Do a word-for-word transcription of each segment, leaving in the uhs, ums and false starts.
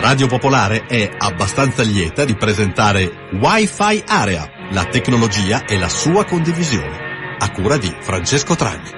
Radio Popolare è abbastanza lieta di presentare Wi-Fi Area, la tecnologia e la sua condivisione, a cura di Francesco Tragni.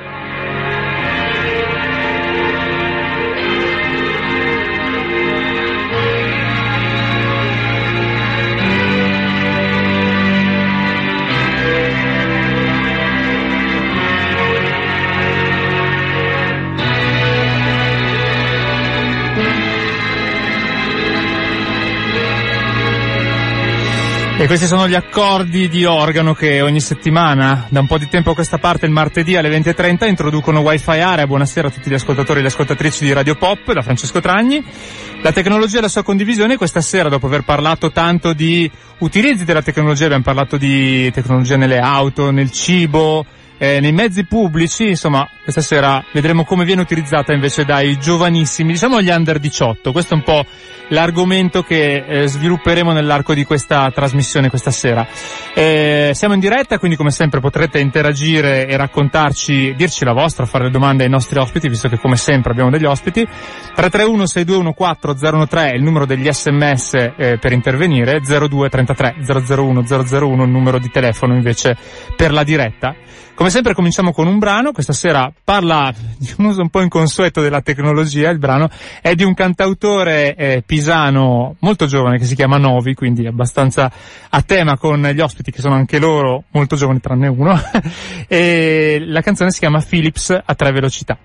E questi sono gli accordi di organo che ogni settimana, da un po' di tempo a questa parte, il martedì alle venti e trenta, introducono Wi-Fi Area. Buonasera a tutti gli ascoltatori e le ascoltatrici di Radio Pop, da Francesco Tragni. La tecnologia e la sua condivisione. Questa sera, dopo aver parlato tanto di utilizzi della tecnologia, abbiamo parlato di tecnologia nelle auto, nel cibo, eh, nei mezzi pubblici. Insomma, questa sera vedremo come viene utilizzata invece dai giovanissimi, diciamo gli under diciotto. Questo è un po' l'argomento che eh, svilupperemo nell'arco di questa trasmissione questa sera. Eh, siamo in diretta, quindi come sempre potrete interagire e raccontarci, dirci la vostra, fare le domande ai nostri ospiti, visto che come sempre abbiamo degli ospiti. tre tre uno sei due uno quattro zero uno tre è il numero degli sms eh, per intervenire, zero due trentatré zero zero uno zero zero uno il numero di telefono invece per la diretta. Come sempre cominciamo con un brano. Questa sera parla di un uso un po' inconsueto della tecnologia. Il brano è di un cantautore eh, pisano molto giovane che si chiama Novi, quindi abbastanza a tema con gli ospiti che sono anche loro molto giovani tranne uno. E la canzone si chiama Philips a tre velocità.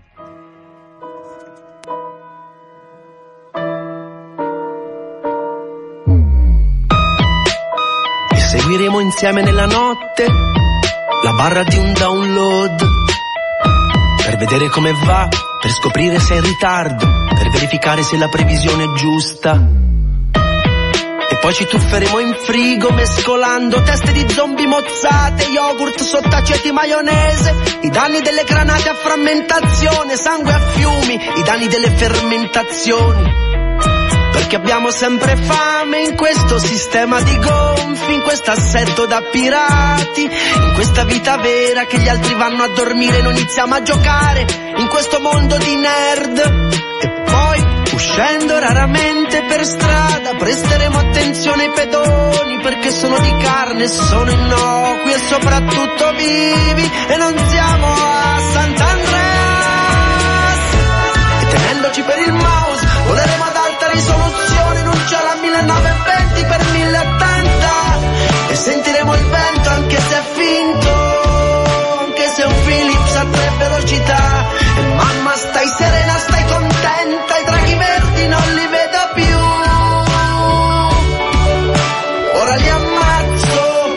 E seguiremo insieme nella notte la barra di un download, per vedere come va, per scoprire se è in ritardo, per verificare se la previsione è giusta. E poi ci tufferemo in frigo mescolando teste di zombie mozzate, yogurt, sottaceti, maionese, i danni delle granate a frammentazione, sangue a fiumi, i danni delle fermentazioni. Perché abbiamo sempre fame in questo sistema di gonfi, in questo assetto da pirati, in questa vita vera che gli altri vanno a dormire e noi iniziamo a giocare, in questo mondo di nerd. E poi, uscendo raramente per strada, presteremo attenzione ai pedoni, perché sono di carne, sono innocui e soprattutto vivi, e non siamo a Sant'Andreas. E tenendoci per il mouse, voleremo ad alta risoluzione in un cielo a millenovecento per mille ottanta, e sentiremo il vento anche se è finto, anche se è un Philips a tre velocità. E mamma stai serena, stai contenta, i draghi verdi non li vedo più, ora li ammazzo,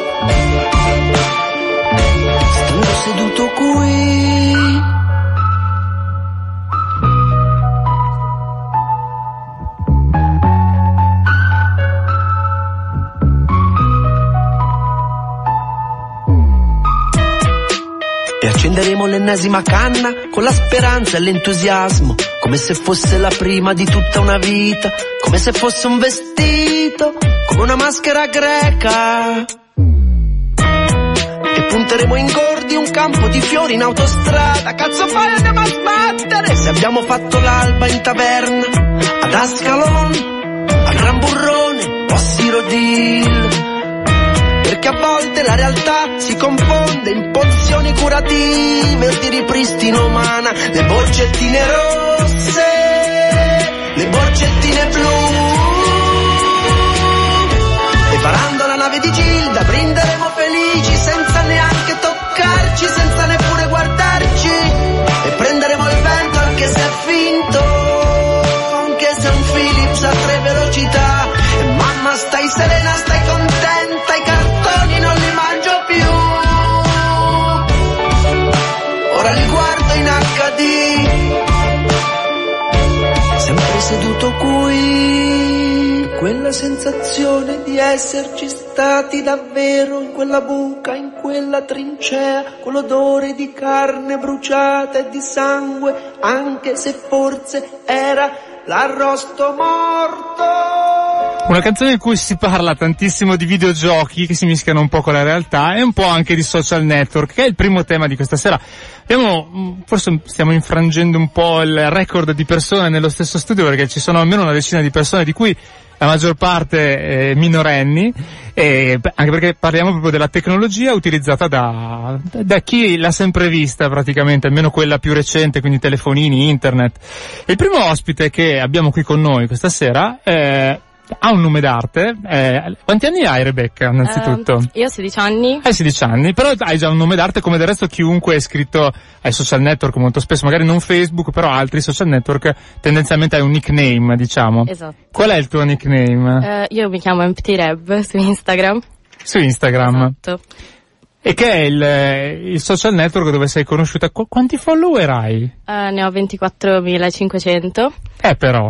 stando seduto qui. E accenderemo l'ennesima canna con la speranza e l'entusiasmo, come se fosse la prima di tutta una vita, come se fosse un vestito, come una maschera greca. E punteremo ingordi un campo di fiori in autostrada, cazzo fai, andiamo a sbattere, se abbiamo fatto l'alba in taverna, ad Ascalon, al Gran Burrone o a Sirodil. Perché a volte la realtà si confonde in pozioni curative o di ripristino umana, le borcettine rosse, le borcettine blu. E varando la nave di Gilda brinderemo felici senza neanche toccarci, senza neppure guardarci, e prenderemo il vento anche se è finto, anche se è un Philips a tre velocità. E mamma stai serena, stai contenta, i cartoni non li mangio più, ora li guardo in acca di, sempre seduto qui, quella sensazione di esserci stati davvero in quella buca, in quella trincea, quell'odore di carne bruciata e di sangue, anche se forse era l'arrosto morto. Una canzone in cui si parla tantissimo di videogiochi che si mischiano un po' con la realtà e un po' anche di social network, che è il primo tema di questa sera. Abbiamo, forse stiamo infrangendo un po' il record di persone nello stesso studio, perché ci sono almeno una decina di persone, di cui la maggior parte eh, minorenni, e anche perché parliamo proprio della tecnologia utilizzata da, da chi l'ha sempre vista praticamente, almeno quella più recente, quindi telefonini, internet. Il primo ospite che abbiamo qui con noi questa sera eh, ha un nome d'arte. Eh, quanti anni hai, Rebecca, innanzitutto? Uh, io ho sedici anni. Hai sedici anni, però hai già un nome d'arte, come del resto chiunque è iscritto ai social network molto spesso, magari non Facebook, però altri social network, tendenzialmente hai un nickname, diciamo. Esatto. Qual è il tuo nickname? Uh, io mi chiamo Empty Reb su Instagram. Su Instagram. Esatto. E che è il, il social network dove sei conosciuta? Qu- quanti follower hai? Uh, ne ho ventiquattromilacinquecento. Eh, però.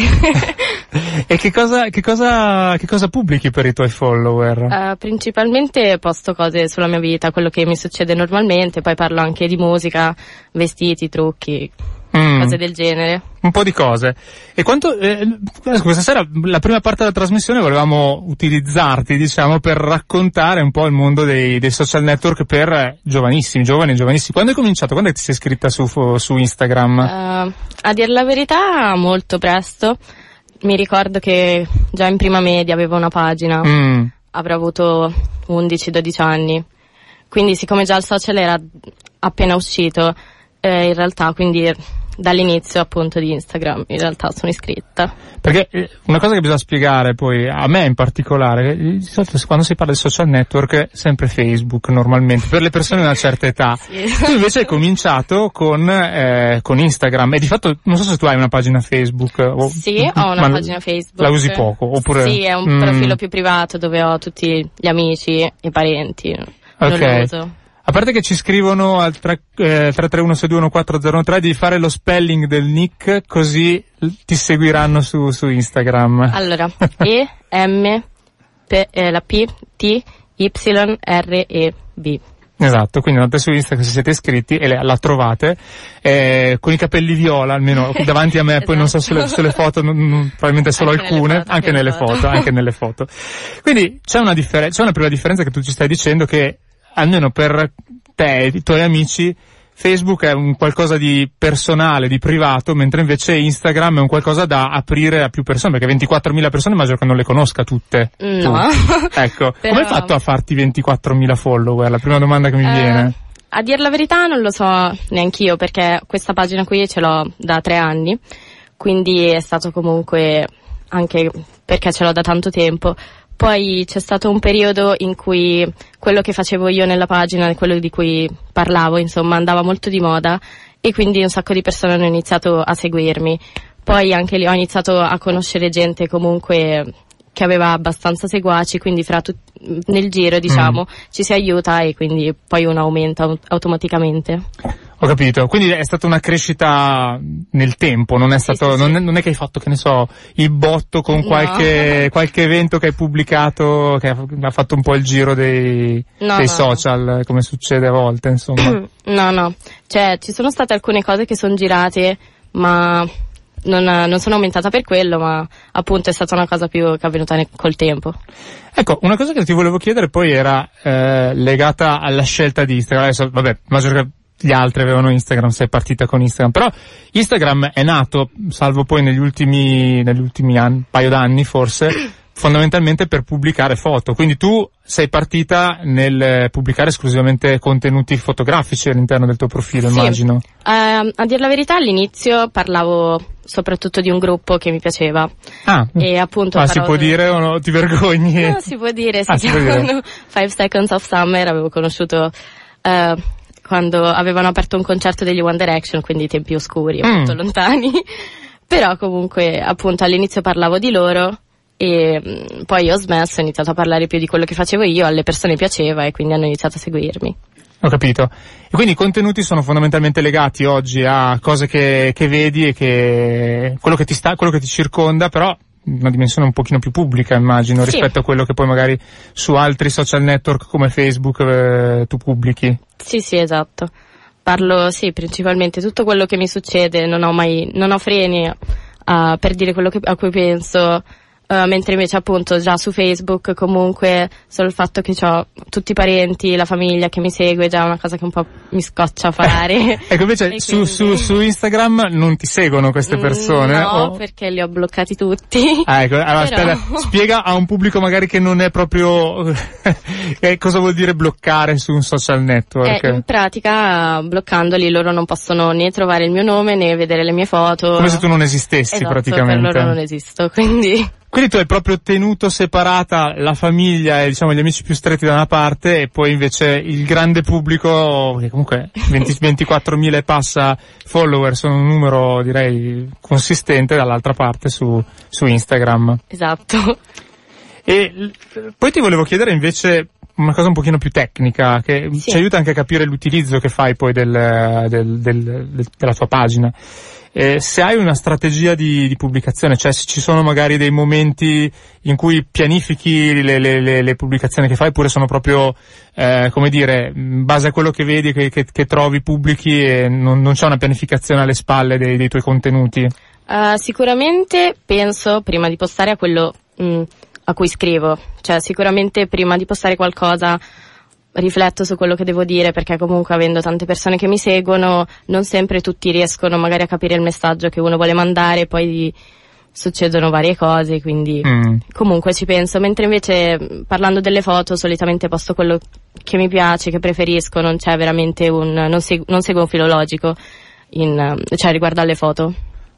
E che cosa, che cosa, che cosa pubblichi per i tuoi follower? Uh, principalmente posto cose sulla mia vita, quello che mi succede normalmente, poi parlo anche di musica, vestiti, trucchi, mm. cose del genere. Un po' di cose. E quanto, eh, questa sera, la prima parte della trasmissione volevamo utilizzarti, diciamo, per raccontare un po' il mondo dei, dei social network per giovanissimi, giovani e giovanissimi. Quando hai cominciato? Quando ti sei iscritta su, su Instagram? Uh, a dir la verità, molto presto. Mi ricordo che già in prima media avevo una pagina, mm. avrò avuto undici dodici anni, quindi siccome già il social era appena uscito, eh, in realtà quindi dall'inizio appunto di Instagram in realtà sono iscritta. Perché una cosa che bisogna spiegare poi, a me in particolare, di solito quando si parla di social network sempre Facebook normalmente, per le persone di una certa età. Sì. Tu invece hai cominciato con, eh, con Instagram, e di fatto non so se tu hai una pagina Facebook. O, sì, ho una pagina Facebook. La usi poco? Oppure... Sì, è un mm. profilo più privato dove ho tutti gli amici e parenti. Non okay. lo uso. A parte che ci scrivono al tre tre uno sei due uno quattro zero tre di fare lo spelling del nick, così ti seguiranno su, su Instagram. Allora, E, M, P, eh, la P, T, Y, R, E, B. Esatto, quindi andate su Instagram se siete iscritti e la trovate, eh, con i capelli viola, almeno davanti a me, esatto. Poi non so sulle, sulle foto, non, non, probabilmente solo anche alcune, nelle foto, anche nelle foto, foto anche nelle foto. Quindi c'è una differenza, c'è una prima differenza che tu ci stai dicendo, che almeno per te e i tuoi amici Facebook è un qualcosa di personale, di privato, mentre invece Instagram è un qualcosa da aprire a più persone, perché ventiquattromila persone immagino che non le conosca tutte. No. Ecco, Però... come hai fatto a farti ventiquattromila follower? La prima domanda che mi eh, viene. A dir la verità non lo so neanch'io, perché questa pagina qui ce l'ho da tre anni, quindi è stato comunque, anche perché ce l'ho da tanto tempo. Poi c'è stato un periodo in cui quello che facevo io nella pagina, quello di cui parlavo, insomma, andava molto di moda, e quindi un sacco di persone hanno iniziato a seguirmi. Poi anche lì ho iniziato a conoscere gente comunque che aveva abbastanza seguaci, quindi fra tut- nel giro, diciamo, mm. ci si aiuta e quindi poi uno aumenta automaticamente. Ho capito, quindi è stata una crescita nel tempo, non è stato, sì, sì, non, sì. È, non è che hai fatto, che ne so, il botto con qualche, no. qualche evento che hai pubblicato, che ha fatto un po' il giro dei, no, dei no, social, no. come succede a volte, insomma. No, no, cioè ci sono state alcune cose che sono girate, ma non, non sono aumentata per quello, ma appunto è stata una cosa più che è avvenuta ne- col tempo. Ecco, una cosa che ti volevo chiedere poi era eh, legata alla scelta di Instagram. Adesso, vabbè, immagino che gli altri avevano Instagram, sei partita con Instagram, però Instagram è nato, salvo poi negli ultimi, negli ultimi anni, paio d'anni forse, fondamentalmente per pubblicare foto. Quindi tu sei partita nel pubblicare esclusivamente contenuti fotografici all'interno del tuo profilo, sì. immagino. Uh, a dir la verità, all'inizio parlavo soprattutto di un gruppo che mi piaceva. Ah, e appunto ah si può di... dire o no? Ti vergogni? No, si può dire, si ah, chiamano Five Seconds of Summer. Avevo conosciuto uh, quando avevano aperto un concerto degli One Direction, quindi tempi oscuri, mm. molto lontani. Però comunque appunto all'inizio parlavo di loro, e mh, poi ho smesso, ho iniziato a parlare più di quello che facevo io, alle persone piaceva e quindi hanno iniziato a seguirmi. Ho capito. E quindi i contenuti sono fondamentalmente legati oggi a cose che, che vedi e che quello che ti sta, quello che ti circonda, però una dimensione un pochino più pubblica, immagino, sì. rispetto a quello che poi magari su altri social network come Facebook eh, tu pubblichi. Sì, sì, esatto. Parlo, sì, principalmente tutto quello che mi succede, non ho mai, non ho freni uh, per dire quello che, a cui penso. Uh, mentre invece appunto già su Facebook comunque solo il fatto che ho tutti i parenti, la famiglia che mi segue, già è una cosa che un po' mi scoccia fare. Ecco, invece su, quindi... su, su Instagram non ti seguono queste persone? Mm, no, o... perché li ho bloccati tutti. Ah, ecco, allora Però... aspetta, spiega a un pubblico magari che non è proprio eh, cosa vuol dire bloccare su un social network. Eh, in pratica bloccandoli loro non possono né trovare il mio nome né vedere le mie foto. Come se tu non esistessi, esatto, praticamente. Per loro non esisto, quindi... Quindi tu hai proprio tenuto separata la famiglia e diciamo gli amici più stretti da una parte e poi invece il grande pubblico, che comunque venti, ventiquattromila e passa follower sono un numero direi consistente, dall'altra parte su, su Instagram. Esatto. E poi ti volevo chiedere invece una cosa un pochino più tecnica, che sì. ci aiuta anche a capire l'utilizzo che fai poi del, del, del, del, della tua pagina. Eh, se hai una strategia di, di pubblicazione, cioè se ci sono magari dei momenti in cui pianifichi le, le, le, le pubblicazioni che fai, oppure sono proprio, eh, come dire, in base a quello che vedi, che, che, che trovi, pubblichi e non, non c'è una pianificazione alle spalle dei, dei tuoi contenuti? Uh, sicuramente penso prima di postare a quello mh, a cui scrivo, cioè sicuramente prima di postare qualcosa rifletto su quello che devo dire, perché comunque avendo tante persone che mi seguono non sempre tutti riescono magari a capire il messaggio che uno vuole mandare, poi succedono varie cose, quindi mm. comunque ci penso. Mentre invece parlando delle foto solitamente posto quello che mi piace, che preferisco, non c'è veramente un non, segu- non seguo un filo logico in, cioè riguardo alle foto.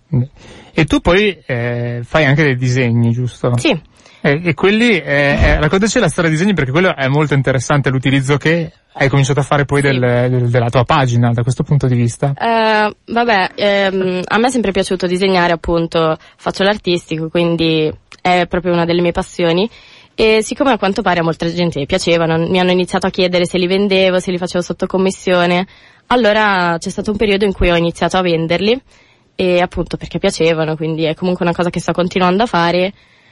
E tu poi eh, fai anche dei disegni, giusto? Sì. E, e quelli, eh, eh, raccontaci la storia dei disegni, perché quello è molto interessante, l'utilizzo che hai cominciato a fare poi del, del, della tua pagina da questo punto di vista. Uh, vabbè, ehm, a me è sempre piaciuto disegnare, appunto, faccio l'artistico, quindi è proprio una delle mie passioni. E siccome a quanto pare a molta gente piacevano, mi hanno iniziato a chiedere se li vendevo, se li facevo sotto commissione, allora c'è stato un periodo in cui ho iniziato a venderli, e appunto perché piacevano, quindi è comunque una cosa che sto continuando a fare.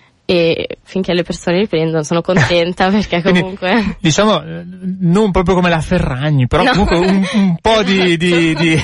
E finché le persone li prendono sono contenta, perché comunque quindi, diciamo non proprio come la Ferragni, però no. comunque un, un po' esatto. di, di, di,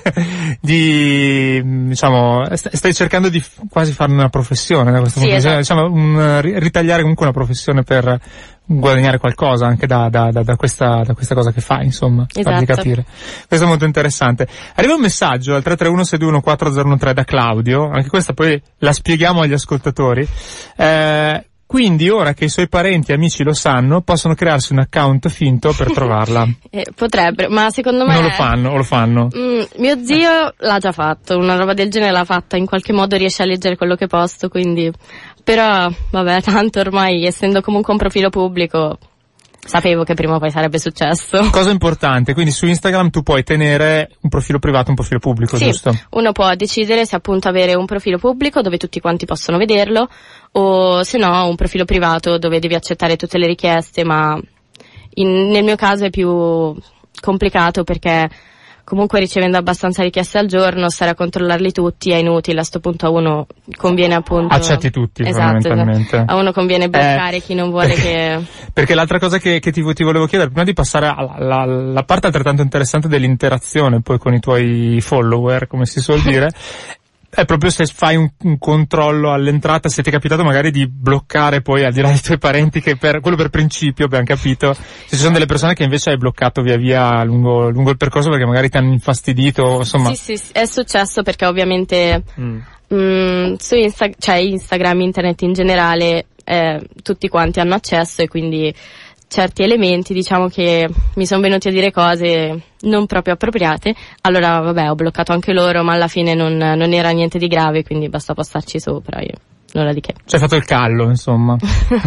di diciamo stai cercando di quasi farne una professione da questo sì, punto di vista, esatto. diciamo un, ritagliare comunque una professione per guadagnare qualcosa anche da, da, da, da questa da questa cosa che fai, insomma, esatto. farvi capire. Questo è molto interessante. Arriva un messaggio al tre tre uno sei due uno quattro zero uno tre da Claudio, anche questa poi la spieghiamo agli ascoltatori. Eh, quindi ora che i suoi parenti e amici lo sanno, possono crearsi un account finto per trovarla. eh, potrebbero, ma secondo me non lo fanno, o lo fanno? Mm, mio zio l'ha già fatto, una roba del genere l'ha fatta, in qualche modo riesce a leggere quello che posto, quindi però vabbè, tanto ormai essendo comunque un profilo pubblico sapevo che prima o poi sarebbe successo. Cosa importante, quindi su Instagram tu puoi tenere un profilo privato e un profilo pubblico, sì, giusto? Uno può decidere se appunto avere un profilo pubblico dove tutti quanti possono vederlo, o se no un profilo privato dove devi accettare tutte le richieste, ma in, nel mio caso è più complicato perché comunque ricevendo abbastanza richieste al giorno, stare a controllarli tutti è inutile, a sto punto a uno conviene appunto... Accetti tutti, esatto, fondamentalmente. Esatto. A uno conviene bloccare eh, chi non vuole che... Perché l'altra cosa che, che ti, ti volevo chiedere, prima di passare alla, alla, alla parte altrettanto interessante dell'interazione poi con i tuoi follower, come si suol dire, è proprio se fai un, un controllo all'entrata, se ti è capitato magari di bloccare poi, al di là dei tuoi parenti, che per quello per principio abbiamo capito, se ci sono delle persone che invece hai bloccato via via lungo, lungo il percorso perché magari ti hanno infastidito, insomma. Sì, sì, sì, è successo perché ovviamente mm. mh, su Insta- cioè Instagram, internet in generale, eh, tutti quanti hanno accesso e quindi certi elementi diciamo che mi sono venuti a dire cose non proprio appropriate, allora vabbè ho bloccato anche loro, ma alla fine non, non era niente di grave, quindi basta passarci sopra, io nulla di che. Cioè hai fatto il callo, insomma.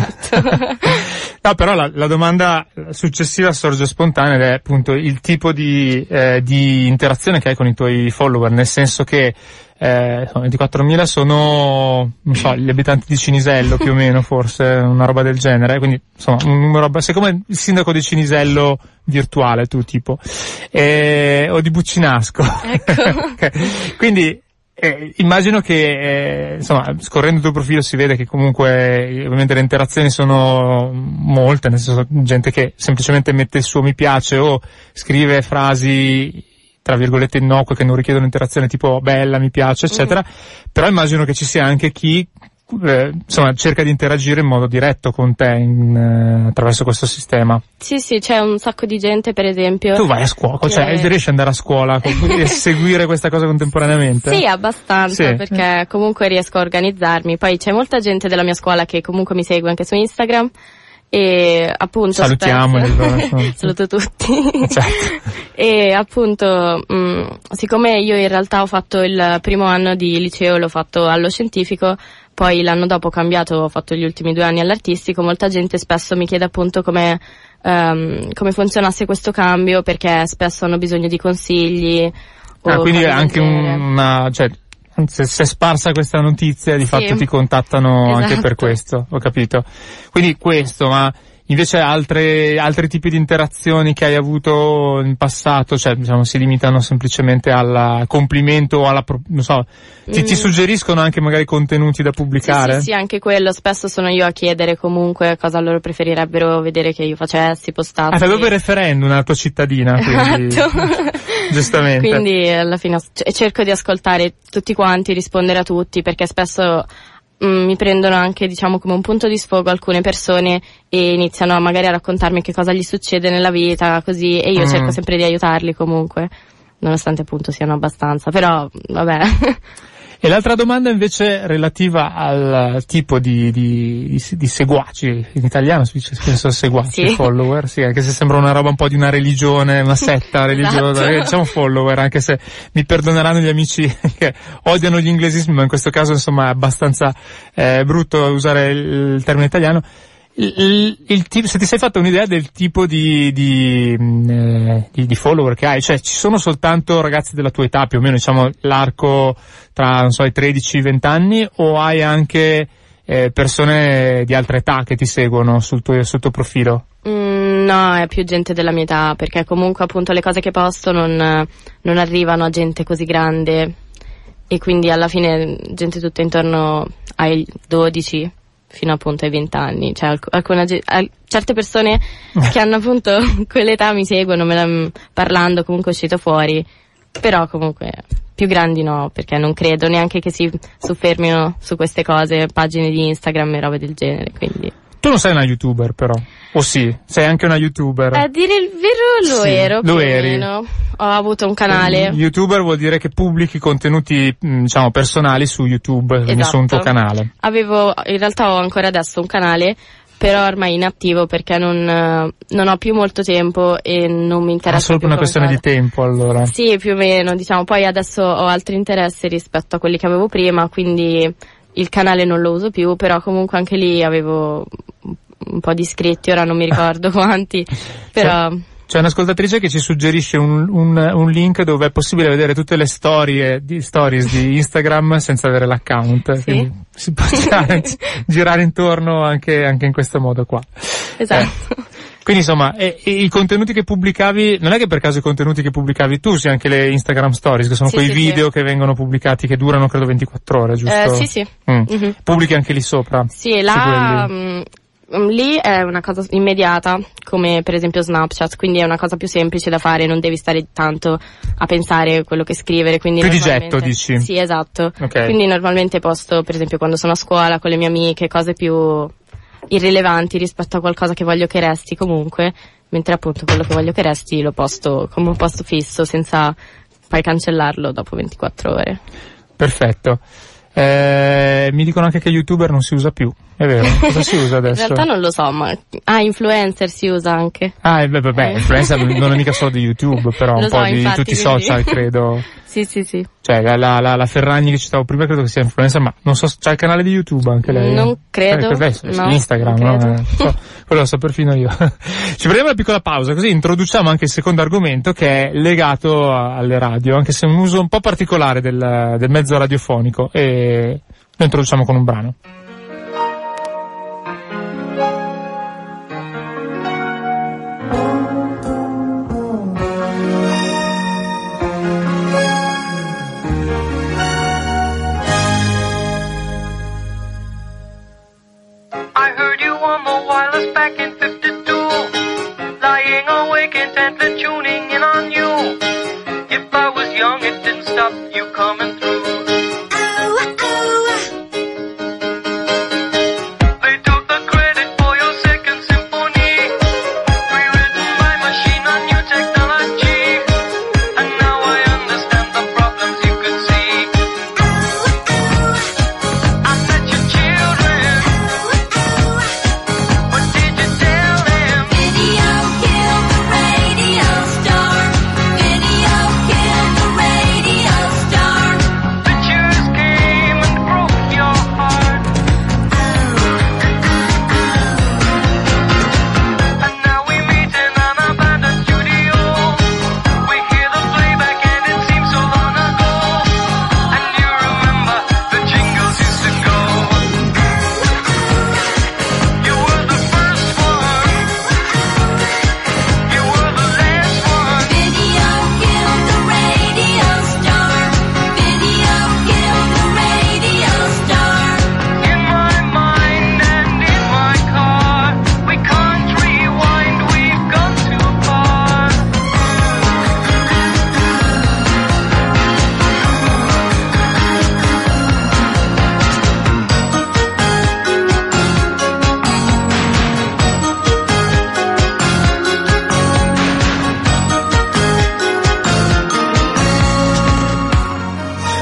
No, però la, la domanda successiva sorge spontanea ed è appunto il tipo di, eh, di interazione che hai con i tuoi follower, nel senso che eh, ventiquattromila sono, non so, gli abitanti di Cinisello più o meno, forse, una roba del genere, quindi insomma un numero, sei come il sindaco di Cinisello virtuale, tu tipo, eh, o di Buccinasco. Ecco. Quindi Eh, immagino che, eh, insomma, scorrendo il tuo profilo si vede che comunque, ovviamente le interazioni sono molte, nel senso, gente che semplicemente mette il suo mi piace o scrive frasi, tra virgolette, innocue che non richiedono interazione, tipo bella, mi piace, eccetera. Mm-hmm. Però immagino che ci sia anche chi eh, insomma cerca di interagire in modo diretto con te in, eh, attraverso questo sistema. Sì, sì, c'è un sacco di gente, per esempio. Tu vai a scuola, che... cioè riesci ad andare a scuola e seguire questa cosa contemporaneamente? Sì, abbastanza, sì. perché comunque riesco a organizzarmi. Poi c'è molta gente della mia scuola che comunque mi segue anche su Instagram. E appunto salutiamo saluto tutti. Certo. E appunto mh, siccome io in realtà ho fatto il primo anno di liceo, l'ho fatto allo scientifico, poi l'anno dopo ho cambiato, ho fatto gli ultimi due anni all'artistico, molta gente spesso mi chiede appunto come um, come funzionasse questo cambio, perché spesso hanno bisogno di consigli. Ah, quindi è anche una, cioè se è sparsa questa notizia, di sì. fatto ti contattano esatto. anche per questo, ho capito. Quindi questo, ma invece altre, altri tipi di interazioni che hai avuto in passato, cioè diciamo si limitano semplicemente al complimento o alla, non so, ti, mm. ti suggeriscono anche magari contenuti da pubblicare? Sì, sì, sì, anche quello, spesso sono io a chiedere comunque cosa loro preferirebbero vedere che io facessi, postassi. Ah, fai proprio il referendum alla tua cittadina, quindi. Esatto. Giustamente. Quindi alla fine cerco di ascoltare tutti quanti, rispondere a tutti, perché spesso mm, mi prendono anche, diciamo, come un punto di sfogo alcune persone e iniziano a magari a raccontarmi che cosa gli succede nella vita, così, e io mm. cerco sempre di aiutarli comunque, nonostante appunto siano abbastanza, però vabbè. E l'altra domanda invece relativa al tipo di, di, di, di seguaci, in italiano si dice penso seguaci, sì. follower, sì, anche se sembra una roba un po' di una religione, una setta religiosa, esatto. diciamo follower, anche se mi perdoneranno gli amici che odiano gli inglesismi, ma in questo caso insomma è abbastanza eh, brutto usare il, il termine italiano. Il, il, il tipo, se ti sei fatto un'idea del tipo di, di, eh, di, di follower che hai, cioè ci sono soltanto ragazzi della tua età, più o meno diciamo l'arco tra, non so, i tredici venti anni, o hai anche eh, persone di altra età che ti seguono sul tuo, sul tuo profilo? Mm, no, è più gente della mia età, perché comunque appunto le cose che posto non, non arrivano a gente così grande, e quindi alla fine gente tutta intorno ai dodici fino appunto ai venti anni, cioè alc- alcune al- certe persone che hanno appunto quell'età mi seguono, me la, parlando comunque è uscito fuori, però comunque più grandi no, perché non credo neanche che si soffermino su queste cose, pagine di Instagram e robe del genere, quindi. Tu non sei una youtuber però, o sì? Sei anche una youtuber? A dire il vero lo sì, ero, lo più eri. o meno. Ho avuto un canale. Youtuber vuol dire che pubblichi contenuti, diciamo, personali su YouTube, esatto. quindi su un tuo canale. Avevo, in realtà ho ancora adesso un canale, però ormai inattivo perché non, non ho più molto tempo e non mi interessa. È solo più per una questione di tempo allora? Sì, più o meno, diciamo, poi adesso ho altri interessi rispetto a quelli che avevo prima, quindi il canale non lo uso più, però comunque anche lì avevo un po' di iscritti, ora non mi ricordo quanti, però... C'è un'ascoltatrice che ci suggerisce un, un, un link dove è possibile vedere tutte le storie di, stories di Instagram senza avere l'account. Sì? Quindi si può girare, girare intorno anche, anche in questo modo qua. Esatto. Eh. Quindi insomma, e, e i contenuti che pubblicavi, non è che per caso i contenuti che pubblicavi tu, sia anche le Instagram Stories, che sono sì, quei sì, video sì. che vengono pubblicati, che durano credo ventiquattro ore, giusto? Eh, sì, sì. Mm. Mm-hmm. Pubblichi anche lì sopra? Sì, là... Lì è una cosa immediata, come per esempio Snapchat, quindi è una cosa più semplice da fare, non devi stare tanto a pensare quello che scrivere, quindi più di getto, dici? Sì, esatto. Okay. Quindi normalmente posto, per esempio, quando sono a scuola con le mie amiche, cose più irrilevanti rispetto a qualcosa che voglio che resti comunque, mentre appunto quello che voglio che resti lo posto come un posto fisso, senza poi cancellarlo dopo ventiquattro ore. Perfetto. Eh, mi dicono anche che YouTuber non si usa più, è vero? Cosa si usa adesso? In realtà non lo so, ma ah, influencer si usa anche. Ah, beh, beh, beh, influencer non è mica solo di YouTube, però lo un so, po' di infatti, tutti i quindi... social, credo. Sì, sì, sì. Cioè, la, la, la Ferragni che citavo prima credo che sia influencer, ma non so, c'ha il canale di YouTube anche lei? Non credo. Eh, adesso, no, Instagram, non no? credo. So, quello lo so perfino io. Ci prendiamo una piccola pausa, così introduciamo anche il secondo argomento che è legato a, alle radio, anche se è un uso un po' particolare del, del mezzo radiofonico, e lo introduciamo con un brano. I heard you on the wireless back in fifty-two, lying awake intently tuning in on you. If I was young it didn't stop you coming through.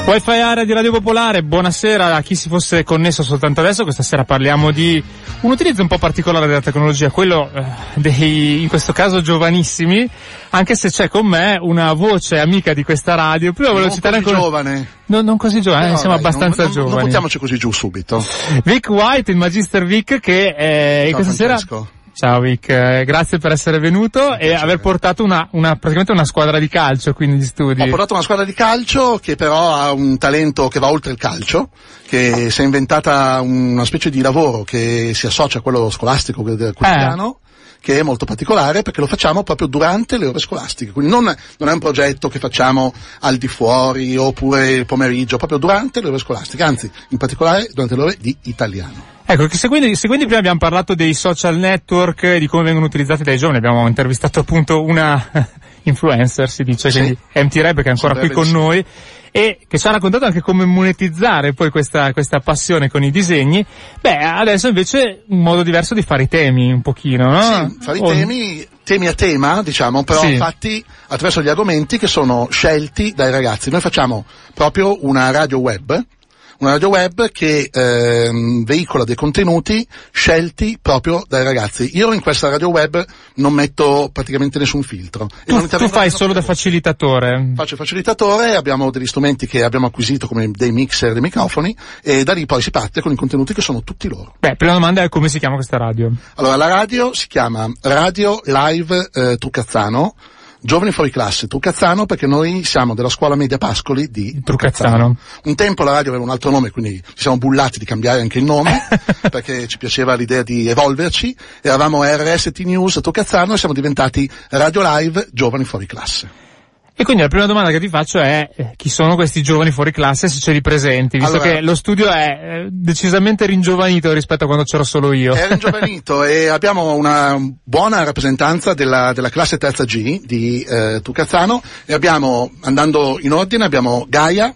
Wi-Fi Area di Radio Popolare, buonasera a chi si fosse connesso soltanto adesso. Questa sera parliamo di un utilizzo un po' particolare della tecnologia, quello eh, dei, in questo caso, giovanissimi, anche se c'è con me una voce amica di questa radio. Prima volevo non citare così ancora... giovane. No, non così giovane, no, siamo dai, abbastanza non, giovani. Non buttiamoci così giù subito. Vic White, il Magister Vic, che eh, Ciao, questa Francesco. sera... Ciao Vic, eh, grazie per essere venuto e aver portato una, una, praticamente una squadra di calcio, quindi di studi. Ho portato una squadra di calcio che però ha un talento che va oltre il calcio, che si è inventata una specie di lavoro che si associa a quello scolastico del quotidiano. Eh. Che è molto particolare perché lo facciamo proprio durante le ore scolastiche, quindi non, non è un progetto che facciamo al di fuori oppure il pomeriggio, proprio durante le ore scolastiche, anzi in particolare durante le ore di italiano. Ecco, che seguendo, seguendo prima abbiamo parlato dei social network e di come vengono utilizzati dai giovani, abbiamo intervistato appunto una influencer, si dice, sì. Quindi M T Reb, che è ancora qui con noi, e che ci ha raccontato anche come monetizzare poi questa, questa passione con i disegni. Beh, adesso invece un modo diverso di fare i temi, un pochino, no? Sì, fare o... i temi, temi a tema, diciamo, però sì. Fatti attraverso gli argomenti che sono scelti dai ragazzi. Noi facciamo proprio una radio web, una radio web che ehm, veicola dei contenuti scelti proprio dai ragazzi. Io in questa radio web non metto praticamente nessun filtro. Tu, non tu fai solo da facilitatore? Faccio facilitatore, abbiamo degli strumenti che abbiamo acquisito come dei mixer, dei microfoni, e da lì poi si parte con i contenuti che sono tutti loro. Beh, prima domanda è: come si chiama questa radio? Allora, la radio si chiama Radio Live eh, Truccazzano, Giovani fuori classe Truccazzano, perché noi siamo della scuola media Pascoli di Truccazzano. Truccazzano. Un tempo la radio aveva un altro nome, quindi ci siamo bullati di cambiare anche il nome, perché ci piaceva l'idea di evolverci. Eravamo R S T News Truccazzano e siamo diventati Radio Live Giovani fuori classe. E quindi la prima domanda che ti faccio è: eh, chi sono questi giovani fuori classe, se ce li presenti, visto allora, che lo studio è eh, decisamente ringiovanito rispetto a quando c'ero solo io. È ringiovanito e abbiamo una buona rappresentanza della, della classe terza G di eh, Truccazzano, e abbiamo, andando in ordine, abbiamo Gaia,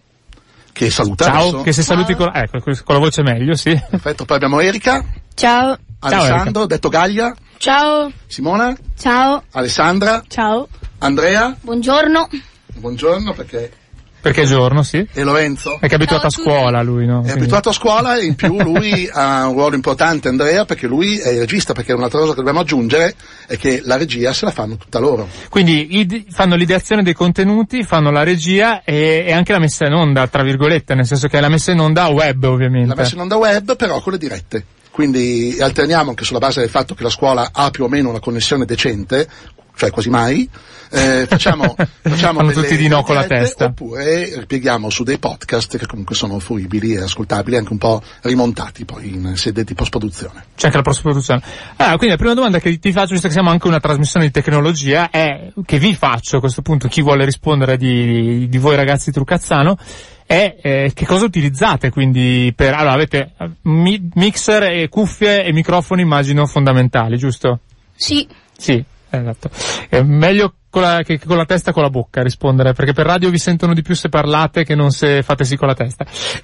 che saluta. Ciao, adesso. che se saluti con, ecco, con la voce meglio, sì. Perfetto, poi abbiamo Erika. Ciao. Alessandro, Ciao, detto Gaglia. Ciao. Simona. Ciao. Alessandra. Ciao. Andrea. Buongiorno. Buongiorno, perché... Perché è giorno, sì. E Lorenzo. È che è abituato a scuola lui, no? È Quindi... abituato a scuola, e in più lui ha un ruolo importante, Andrea, perché lui è il regista, perché un'altra cosa che dobbiamo aggiungere è che la regia se la fanno tutta loro. Quindi id- fanno l'ideazione dei contenuti, fanno la regia e, e anche la messa in onda, tra virgolette, nel senso che è la messa in onda web, ovviamente. La messa in onda web, però con le dirette. Quindi alterniamo anche sulla base del fatto che la scuola ha più o meno una connessione decente, cioè quasi mai, eh, facciamo, facciamo fanno delle, tutti di no con la dirette, testa. Oppure ripieghiamo su dei podcast che comunque sono fruibili e ascoltabili, anche un po' rimontati poi in sede di post-produzione. C'è anche la post-produzione. Allora, quindi la prima domanda che ti faccio, visto che siamo anche una trasmissione di tecnologia, è, che vi faccio a questo punto, chi vuole rispondere di, di voi ragazzi Truccazzano, è eh, che cosa utilizzate quindi per... Allora, avete mi, mixer e cuffie e microfoni, immagino, fondamentali, giusto? Sì. Sì, esatto. È meglio con la, che con la testa e con la bocca rispondere, perché per radio vi sentono di più se parlate che non se fate sì con la testa.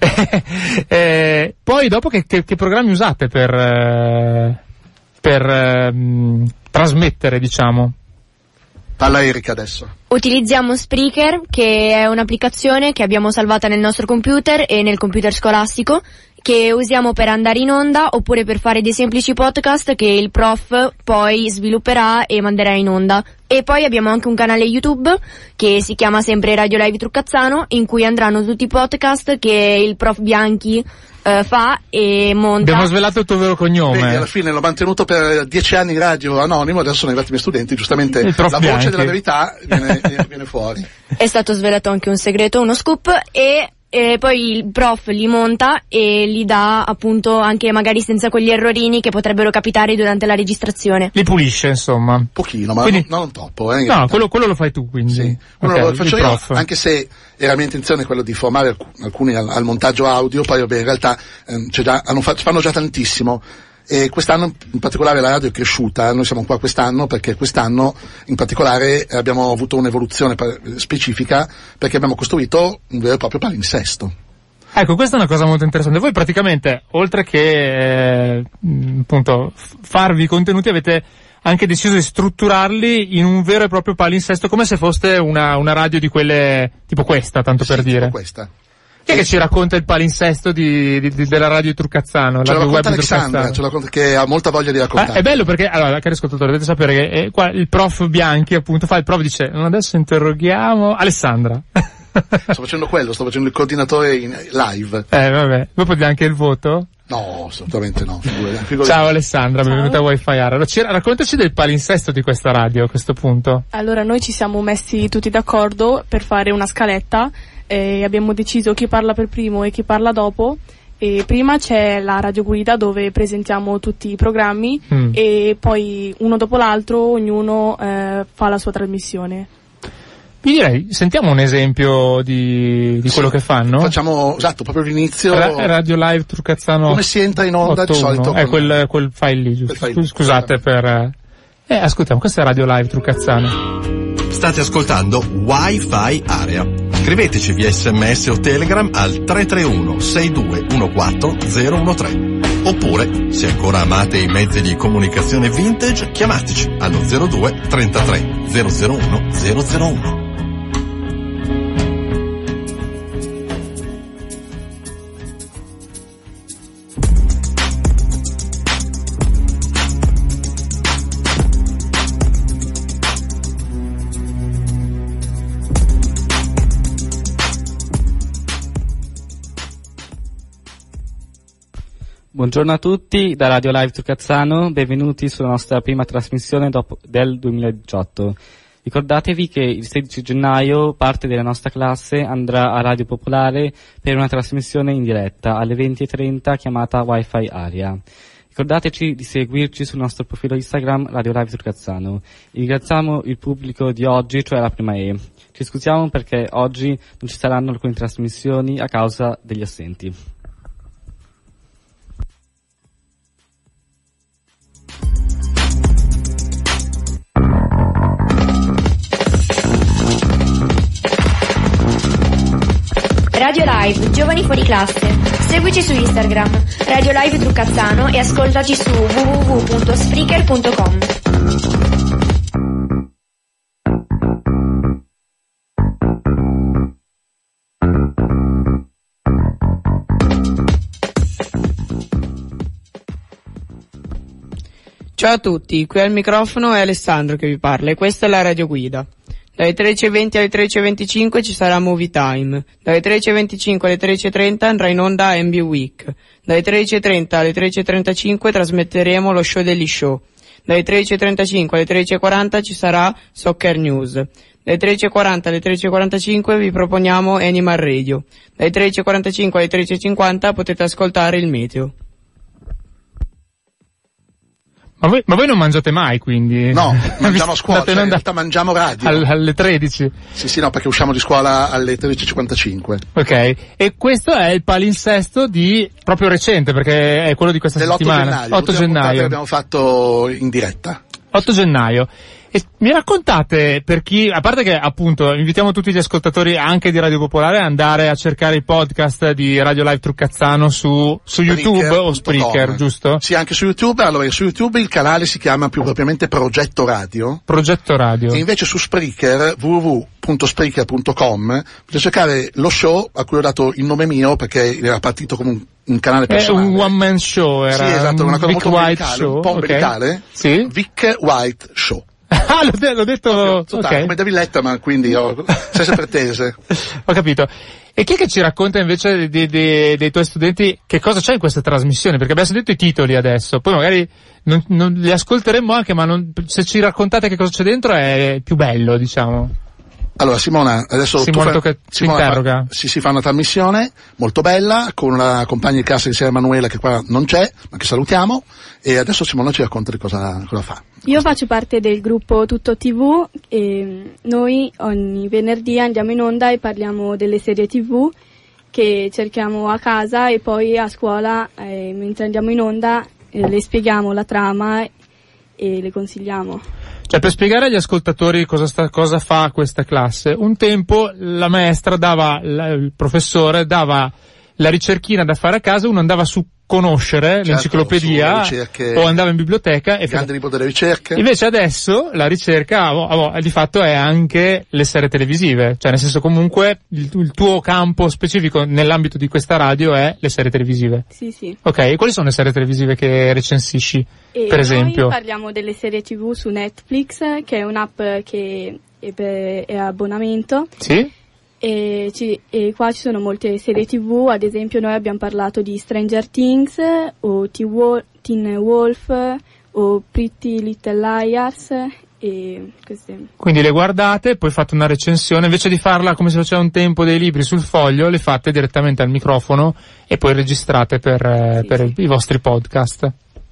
eh, poi dopo che, che, che programmi usate per, eh, per eh, trasmettere, diciamo? Parla Erika adesso. Utilizziamo Spreaker, che è un'applicazione che abbiamo salvata nel nostro computer e nel computer scolastico, che usiamo per andare in onda oppure per fare dei semplici podcast che il prof poi svilupperà e manderà in onda. E poi abbiamo anche un canale YouTube che si chiama sempre Radio Live Truccazzano, in cui andranno tutti i podcast che il prof Bianchi Uh, fa e monta. Abbiamo svelato il tuo vero cognome. Vedi, alla fine l'ho mantenuto per dieci anni in radio anonimo, adesso sono arrivati i miei studenti, giustamente il la Bianchi. Voce della verità viene, viene fuori. È stato svelato anche un segreto, uno scoop, e e poi il prof li monta e li dà appunto anche magari senza quegli errorini che potrebbero capitare durante la registrazione. Li pulisce, insomma. Pochino, ma quindi, non, non troppo. Eh, no, quello, quello lo fai tu, quindi. Sì, quello okay, lo faccio io, anche se era la mia intenzione quello di formare alc- alcuni al, al montaggio audio, poi vabbè, in realtà ehm, c'è già, hanno fa- fanno già tantissimo. E quest'anno in particolare la radio è cresciuta, noi siamo qua quest'anno perché quest'anno in particolare abbiamo avuto un'evoluzione specifica, perché abbiamo costruito un vero e proprio palinsesto. Ecco, questa è una cosa molto interessante. Voi praticamente, oltre che eh, appunto farvi i contenuti, avete anche deciso di strutturarli in un vero e proprio palinsesto, come se foste una, una radio di quelle tipo questa, tanto sì, per dire. Tipo questa. Chi è che ci racconta il palinsesto di, di, di, della radio Truccazzano? Ce lo racconta web Alexandra, ce lo racconta, che ha molta voglia di raccontare. Ah, è bello perché, allora, cari ascoltatori, dovete sapere che eh, qua il prof Bianchi, appunto, fa il prof dice, adesso interroghiamo Alessandra. Sto facendo quello, sto facendo il coordinatore in live. Eh, vabbè. Voi potete anche il voto? No, assolutamente no. Figurati, figurati. Ciao Alessandra, benvenuta a Wi-Fi Area. Allora, ci, raccontaci del palinsesto di questa radio a questo punto. Allora, noi ci siamo messi tutti d'accordo per fare una scaletta e abbiamo deciso chi parla per primo e chi parla dopo. E prima c'è la radio guida dove presentiamo tutti i programmi mm. e poi uno dopo l'altro ognuno eh, fa la sua trasmissione. Vi direi, sentiamo un esempio di, di quello sì, che fanno. Facciamo, esatto, proprio l'inizio. Ra- Radio Live Truccazzano. Come si entra in onda di solito? È quel, quel file lì, giusto? File lì. Scusate per... Eh, ascoltiamo, questa è Radio Live Truccazzano. State ascoltando Wi-Fi Area. Scriveteci via sms o telegram al tre tre uno sei due uno quattro zero uno tre. Oppure, se ancora amate i mezzi di comunicazione vintage, chiamateci allo zero due trentatré zero zero uno zero zero uno. Buongiorno a tutti da Radio Live Truccazzano, benvenuti sulla nostra prima trasmissione dopo, del duemiladiciotto. Ricordatevi che il sedici gennaio parte della nostra classe andrà a Radio Popolare per una trasmissione in diretta alle venti e trenta chiamata Wi-Fi Area. Ricordateci di seguirci sul nostro profilo Instagram Radio Live Truccazzano. Ringraziamo il pubblico di oggi, cioè la prima E. Ci scusiamo perché oggi non ci saranno alcune trasmissioni a causa degli assenti. Radio Live, giovani fuori classe. Seguici su Instagram, Radio Live Truccazzano e ascoltaci su w w w punto spreaker punto com. Ciao a tutti, qui al microfono è Alessandro che vi parla e questa è la Radio Guida. Dalle tredici e venti alle tredici e venticinque ci sarà Movie Time. Dalle tredici e venticinque alle tredici e trenta andrà in onda M B Week. Dalle tredici e trenta alle tredici e trentacinque trasmetteremo lo show degli show. Dalle tredici e trentacinque alle tredici e quaranta ci sarà Soccer News. Dalle tredici e quaranta alle tredici e quarantacinque vi proponiamo Animal Radio. Dalle tredici e quarantacinque alle tredici e cinquanta potete ascoltare il meteo. Ma voi, ma voi non mangiate mai, quindi? No, mangiamo a scuola, cioè in realtà mangiamo radio. Al, alle tredici? Sì, sì, no, perché usciamo di scuola alle tredici e cinquantacinque. Ok, e questo è il palinsesto di, proprio recente, perché è quello di questa dell'otto settimana. gennaio. otto gennaio. Che abbiamo fatto in diretta. otto gennaio. E mi raccontate, per chi, a parte che appunto invitiamo tutti gli ascoltatori anche di Radio Popolare ad andare a cercare il podcast di Radio Live Truccazzano su, su YouTube o Spreaker, giusto? Sì, anche su YouTube. Allora, su YouTube il canale si chiama più propriamente Progetto Radio. Progetto Radio. E invece su Spreaker, w w w punto spreaker punto com, potete cercare lo show a cui ho dato il nome mio perché era partito come un un canale personale. È un one man show, era. Sì, esatto, una cosa Vic molto White medicale, show, un po' okay. medicale. Sì. Vic White Show. Ah, l'ho, l'ho detto, Proprio, totale, ok. come David Letterman, quindi ho stesse pretese. Ho capito. E chi è che ci racconta invece dei, dei, dei tuoi studenti che cosa c'è in queste trasmissioni? Perché abbiamo sentito i titoli adesso, poi magari non, non li ascolteremo anche, ma non, se ci raccontate che cosa c'è dentro è più bello, diciamo. Allora Simona, adesso Simona tu fai, si interroga. Fa, si, si fa una trasmissione molto bella con una compagna di classe che si chiama Emanuela che qua non c'è, ma che salutiamo, e adesso Simona ci racconta di cosa, cosa fa. Io faccio parte del gruppo Tutto tivù e noi ogni venerdì andiamo in onda e parliamo delle serie tivù che cerchiamo a casa e poi a scuola, eh, mentre andiamo in onda, eh, le spieghiamo la trama e le consigliamo. Cioè, per spiegare agli ascoltatori cosa, sta, cosa fa questa classe, un tempo la maestra dava, la, il professore dava la ricerchina da fare a casa, uno andava su conoscere certo, l'enciclopedia ricerche, o andava in biblioteca e il grande libro delle ricerche. Invece adesso la ricerca oh, oh, di fatto è anche le serie televisive, cioè nel senso comunque il, il tuo campo specifico nell'ambito di questa radio è le serie televisive. Sì, sì. Ok, e quali sono le serie televisive che recensisci, e per esempio? Noi parliamo delle serie tivù su Netflix, che è un'app che è, per, è abbonamento. Sì? E, ci, e qua ci sono molte serie tivù, ad esempio noi abbiamo parlato di Stranger Things o Teen Wolf o Pretty Little Liars e queste. Quindi le guardate, poi fate una recensione, invece di farla come si faceva un tempo dei libri sul foglio, le fate direttamente al microfono e poi registrate per, sì, per sì. i vostri podcast.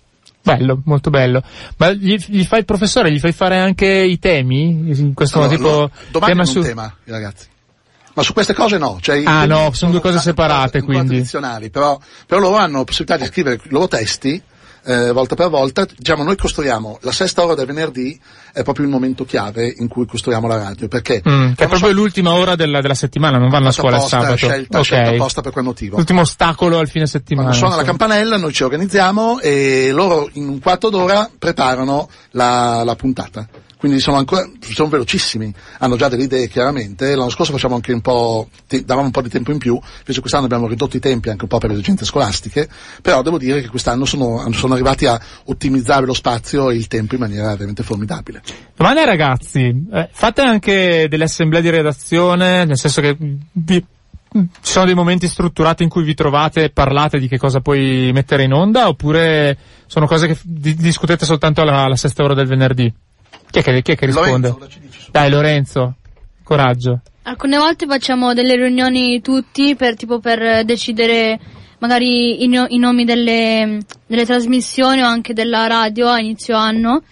Bello, molto bello. Ma gli, gli fai il professore, gli fai fare anche i temi? In questo no, tipo no, domani tema è un su... tema, ragazzi. Ma su queste cose no, cioè ah no, sono due cose separate, cose, quindi tradizionali, però, però loro hanno la possibilità di scrivere i loro testi eh, volta per volta. Diciamo, noi costruiamo la sesta ora del venerdì, è proprio il momento chiave in cui costruiamo la radio, perché mm, che è proprio so, l'ultima ora della, della settimana, non vanno a scuola il sabato. Scelta, okay. scelta apposta per quel motivo. L'ultimo ostacolo al fine settimana. Quando suona insomma. la campanella noi ci organizziamo e loro in un quarto d'ora preparano la, la puntata. Quindi sono ancora, sono velocissimi, hanno già delle idee chiaramente. L'anno scorso facciamo anche un po', te, davamo un po' di tempo in più, invece quest'anno abbiamo ridotto i tempi anche un po' per le esigenze scolastiche, però devo dire che quest'anno sono, sono arrivati a ottimizzare lo spazio e il tempo in maniera veramente formidabile. Domani ai ragazzi, eh, fate anche delle assemblee di redazione, nel senso che vi, ci sono dei momenti strutturati in cui vi trovate e parlate di che cosa puoi mettere in onda, oppure sono cose che di, discutete soltanto alla, alla sesta ora del venerdì? Chi è che, chi è che risponde? Lorenzo, Dai Lorenzo, coraggio. Alcune volte facciamo delle riunioni tutti per tipo per decidere magari i, no, i nomi delle, delle trasmissioni o anche della radio a inizio anno,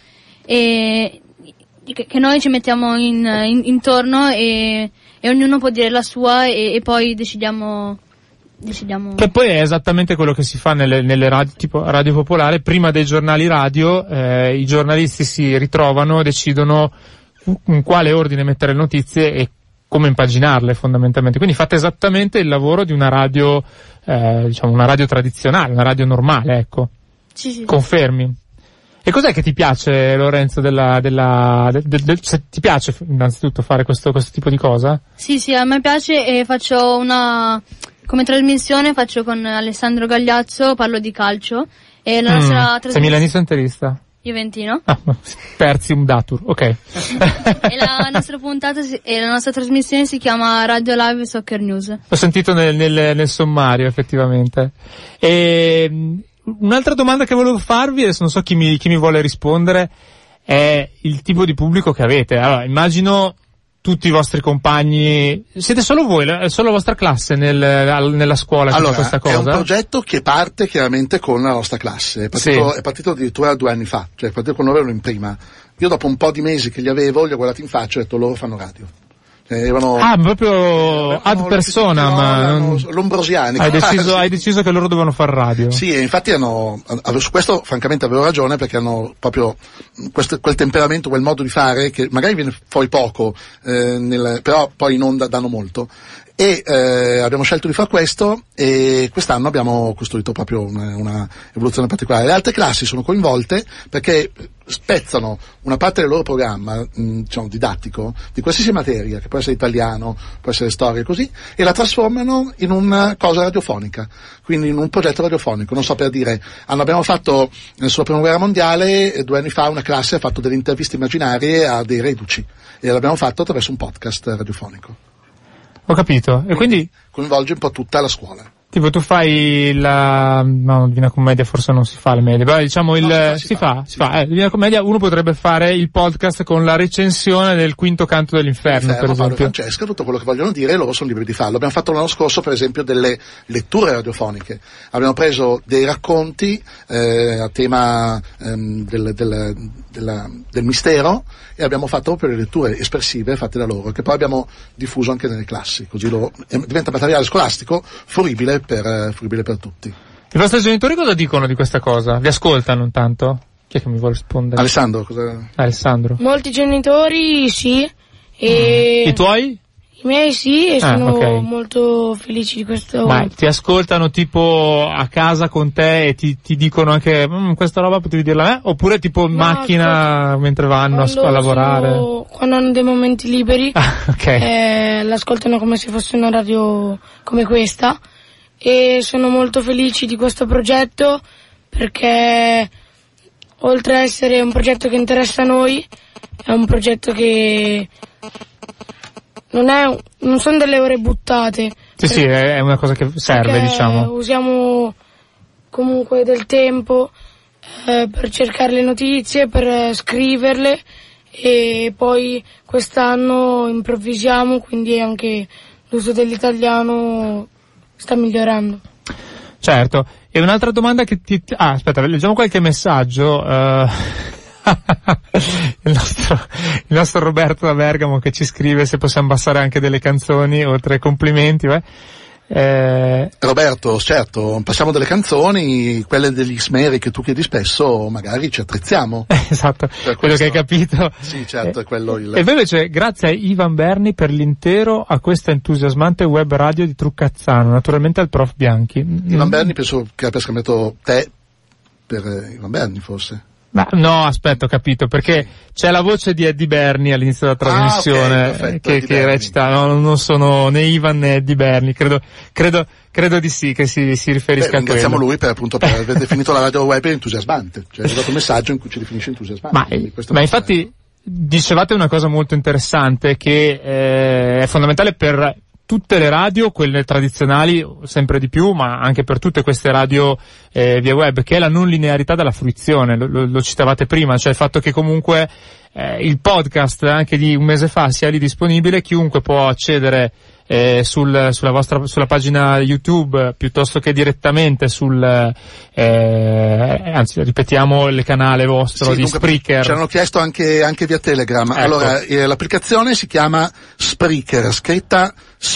e che, che noi ci mettiamo in, in, intorno e, e ognuno può dire la sua e, e poi decidiamo... Decidiamo... Che poi è esattamente quello che si fa nelle, nelle radio, tipo Radio Popolare, prima dei giornali radio, eh, i giornalisti si ritrovano, decidono in quale ordine mettere le notizie e come impaginarle fondamentalmente. Quindi fate esattamente il lavoro di una radio, eh, diciamo una radio tradizionale, una radio normale, ecco. Sì, sì. Confermi? E cos'è che ti piace, Lorenzo, della, della, del, del, del, se ti piace innanzitutto fare questo, questo tipo di cosa? Sì, sì, a me piace e faccio una... Come trasmissione faccio con Alessandro Gagliazzo, parlo di calcio, e la nostra mm, trasmissione... Sei milanista o interista? Juventino. Ah, terzium datur, ok. E la nostra puntata si, e la nostra trasmissione si chiama Radio Live Soccer News. L'ho sentito nel, nel, nel sommario, effettivamente. E un'altra domanda che volevo farvi, adesso non so chi mi, chi mi vuole rispondere, è il tipo di pubblico che avete. Allora, immagino... tutti i vostri compagni, siete solo voi, solo la vostra classe nel, nella scuola che allora, fa questa cosa? È un progetto che parte chiaramente con la nostra classe, è partito, sì. è partito addirittura due anni fa, cioè è partito con loro in prima. Io dopo un po' di mesi che li avevo, li ho guardati in faccia e ho detto loro fanno radio. Erano, ah, proprio ad persona, ma non... Lombrosiani. Hai deciso, hai deciso che loro dovevano far radio? Sì, e infatti hanno, su questo francamente avevo ragione, perché hanno proprio questo, quel temperamento, quel modo di fare che magari viene fuori poco, eh, nel, però poi in onda danno molto. E eh, abbiamo scelto di fare questo e quest'anno abbiamo costruito proprio una, una evoluzione particolare. Le altre classi sono coinvolte perché spezzano una parte del loro programma, mh, diciamo didattico, di qualsiasi materia, che può essere italiano, può essere storia e così, e la trasformano in una cosa radiofonica, quindi in un progetto radiofonico. Non so, per dire, hanno, abbiamo fatto sulla prima guerra mondiale, due anni fa una classe ha fatto delle interviste immaginarie a dei reduci e l'abbiamo fatto attraverso un podcast radiofonico. Ho capito. E quindi coinvolge un po' tutta la scuola. Tipo tu fai la, no, Divina Commedia forse non si fa le medie, però diciamo il, no, si, si, fa, fa, si, si fa, fa, eh, Divina Commedia uno potrebbe fare il podcast con la recensione del Quinto Canto dell'Inferno, Inferno, per esempio. Paolo e Francesca, tutto quello che vogliono dire, loro sono liberi di farlo. Abbiamo fatto l'anno scorso, per esempio, delle letture radiofoniche. Abbiamo preso dei racconti, eh, a tema, ehm, del, del, della, del mistero, e abbiamo fatto proprio le letture espressive fatte da loro, che poi abbiamo diffuso anche nelle classi, così loro, eh, diventa materiale scolastico fruibile per, eh, fruibile per tutti. I vostri genitori cosa dicono di questa cosa? Vi ascoltano intanto? Chi è che mi vuole rispondere? Alessandro, cosa... Alessandro. Molti genitori sì, e... Mm. I tuoi? I miei sì, e Ah, sono ok. molto felici di questo. Ma ti ascoltano tipo a casa con te e ti, ti dicono anche "Mm, questa roba potevi dirla a me", oppure tipo in No, macchina mentre vanno a, scu- a lavorare? sono- quando hanno dei momenti liberi, ok. eh, l'ascoltano come se fosse una radio come questa, e sono molto felici di questo progetto perché oltre a essere un progetto che interessa a noi, è un progetto che non è, non sono delle ore buttate. Sì, sì, è è una cosa che serve, Perché diciamo. usiamo comunque del tempo eh, per cercare le notizie, per eh, scriverle, e poi quest'anno improvvisiamo, quindi anche l'uso dell'italiano sta migliorando. Certo. E un'altra domanda che ti... Ah, aspetta, leggiamo qualche messaggio. eh. il, nostro, il nostro Roberto da Bergamo che ci scrive se possiamo passare anche delle canzoni oltre ai complimenti. Beh. Eh... Roberto, certo, passiamo delle canzoni, quelle degli Smeri che tu chiedi spesso, magari ci attrezziamo. esatto, Per quello questo. che hai capito. Sì, certo, è quello il... E poi invece grazie a Ivan Berni per l'intero a questa entusiasmante web radio di Truccazzano, naturalmente al prof Bianchi. Ivan Berni penso che abbia scambiato te per eh, Ivan Berni forse. Ma no, aspetta, ho capito, perché c'è la voce di Eddie Berni all'inizio della trasmissione, Ah, ok, perfetto, che, Eddie che Berni. recita, no, non sono né Ivan né Eddie Berni, credo, credo, credo di sì, che si, si riferisca Beh, a ringraziamo quello. lui per appunto per aver definito la radio web entusiasmante, cioè è arrivato un messaggio in cui ci definisce entusiasmante. Ma, quindi questo ma è infatti dicevate una cosa molto interessante che eh, è fondamentale per tutte le radio, quelle tradizionali sempre di più, ma anche per tutte queste radio eh, via web, che è la non linearità della fruizione, lo, lo, lo citavate prima, cioè il fatto che comunque eh, il podcast anche di un mese fa sia lì disponibile, chiunque può accedere eh, sul, sulla vostra, sulla pagina YouTube piuttosto che direttamente sul, eh, anzi ripetiamo il canale vostro Sì, di dunque, Spreaker. ci hanno chiesto anche, anche via Telegram. Ecco. Allora, eh, l'applicazione si chiama Spreaker, scritta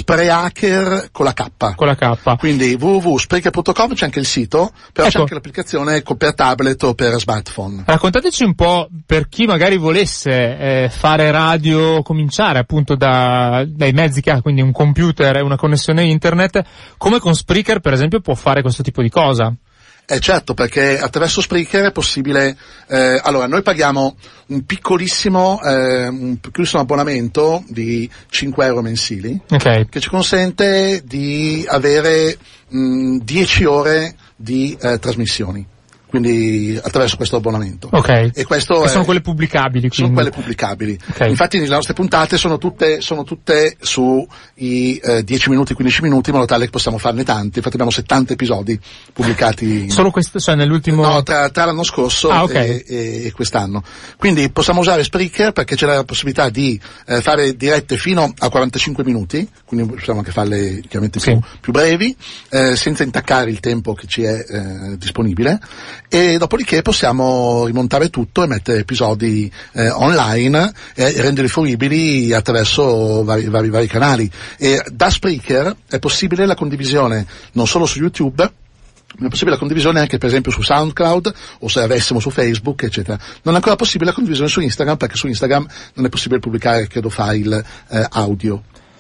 Spreaker con la K. Con la K. Quindi w w w punto spreaker punto com, c'è anche il sito, però Ecco. c'è anche l'applicazione co- per tablet o per smartphone. Raccontateci un po', per chi magari volesse eh, fare radio, cominciare appunto da, dai mezzi che ha, quindi un computer e una connessione internet, come con Spreaker per esempio può fare questo tipo di cosa? Eh certo, perché attraverso Spreaker è possibile, eh, allora noi paghiamo un piccolissimo, eh, un piccolissimo abbonamento di cinque euro mensili, Ok. che ci consente di avere mh, dieci ore di eh, trasmissioni. Quindi attraverso questo abbonamento. Ok. E questo Che è, sono quelle pubblicabili, sono quindi. quelle pubblicabili. Ok. Infatti le nostre puntate sono tutte, sono tutte su i eh, dieci minuti, quindici minuti, in modo tale che possiamo farne tanti. Infatti abbiamo settanta episodi pubblicati. Solo questo, cioè nell'ultimo... No, tra, tra l'anno scorso Ah, ok. e, e, e quest'anno. Quindi possiamo usare Spreaker perché c'è la possibilità di eh, fare dirette fino a quarantacinque minuti, quindi possiamo anche farle chiaramente più, Sì. più brevi, eh, senza intaccare il tempo che ci è eh, disponibile, e dopodiché possiamo rimontare tutto e mettere episodi eh, online e renderli fruibili attraverso vari, vari, vari canali. E da Spreaker è possibile la condivisione non solo su YouTube, ma è possibile la condivisione anche per esempio su SoundCloud, o se avessimo su Facebook, eccetera. Non è ancora possibile la condivisione su Instagram, perché su Instagram non è possibile pubblicare, credo, file eh, audio.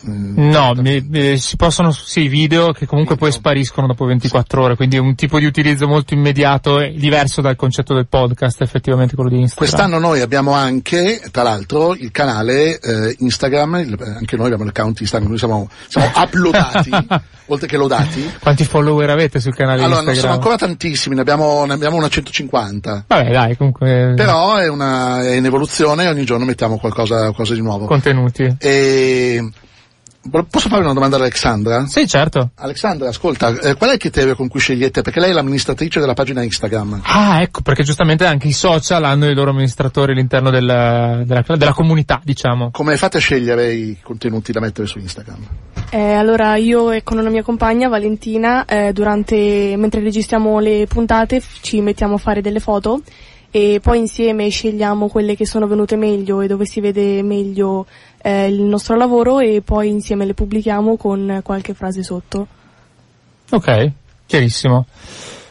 No, mi- eh, si possono, sì, video che comunque poi spariscono dopo ventiquattro ore, quindi è un tipo di utilizzo molto immediato e diverso dal concetto del podcast, effettivamente quello di Instagram. Quest'anno noi abbiamo anche, tra l'altro, il canale eh, Instagram, il- anche noi abbiamo l'account Instagram, noi siamo, siamo uploadati, oltre che lodati. Quanti follower avete sul canale Allora, non Instagram? sono ancora tantissimi, ne abbiamo, ne abbiamo una centocinquanta. Vabbè, dai, comunque... Però è, una, è in evoluzione e ogni giorno mettiamo qualcosa, qualcosa di nuovo. Contenuti. E... Posso fare una domanda ad Alexandra? Sì, certo. Alexandra, ascolta, eh, qual è il criterio con cui scegliete? Perché lei è l'amministratrice della pagina Instagram. Ah, ecco, perché giustamente anche i social hanno i loro amministratori all'interno del, della, della comunità, diciamo. Come fate a scegliere i contenuti da mettere su Instagram? Eh, allora io e con una mia compagna Valentina eh, durante mentre registriamo le puntate f- ci mettiamo a fare delle foto e poi insieme scegliamo quelle che sono venute meglio e dove si vede meglio eh, il nostro lavoro, e poi insieme le pubblichiamo con qualche frase sotto. Ok, chiarissimo.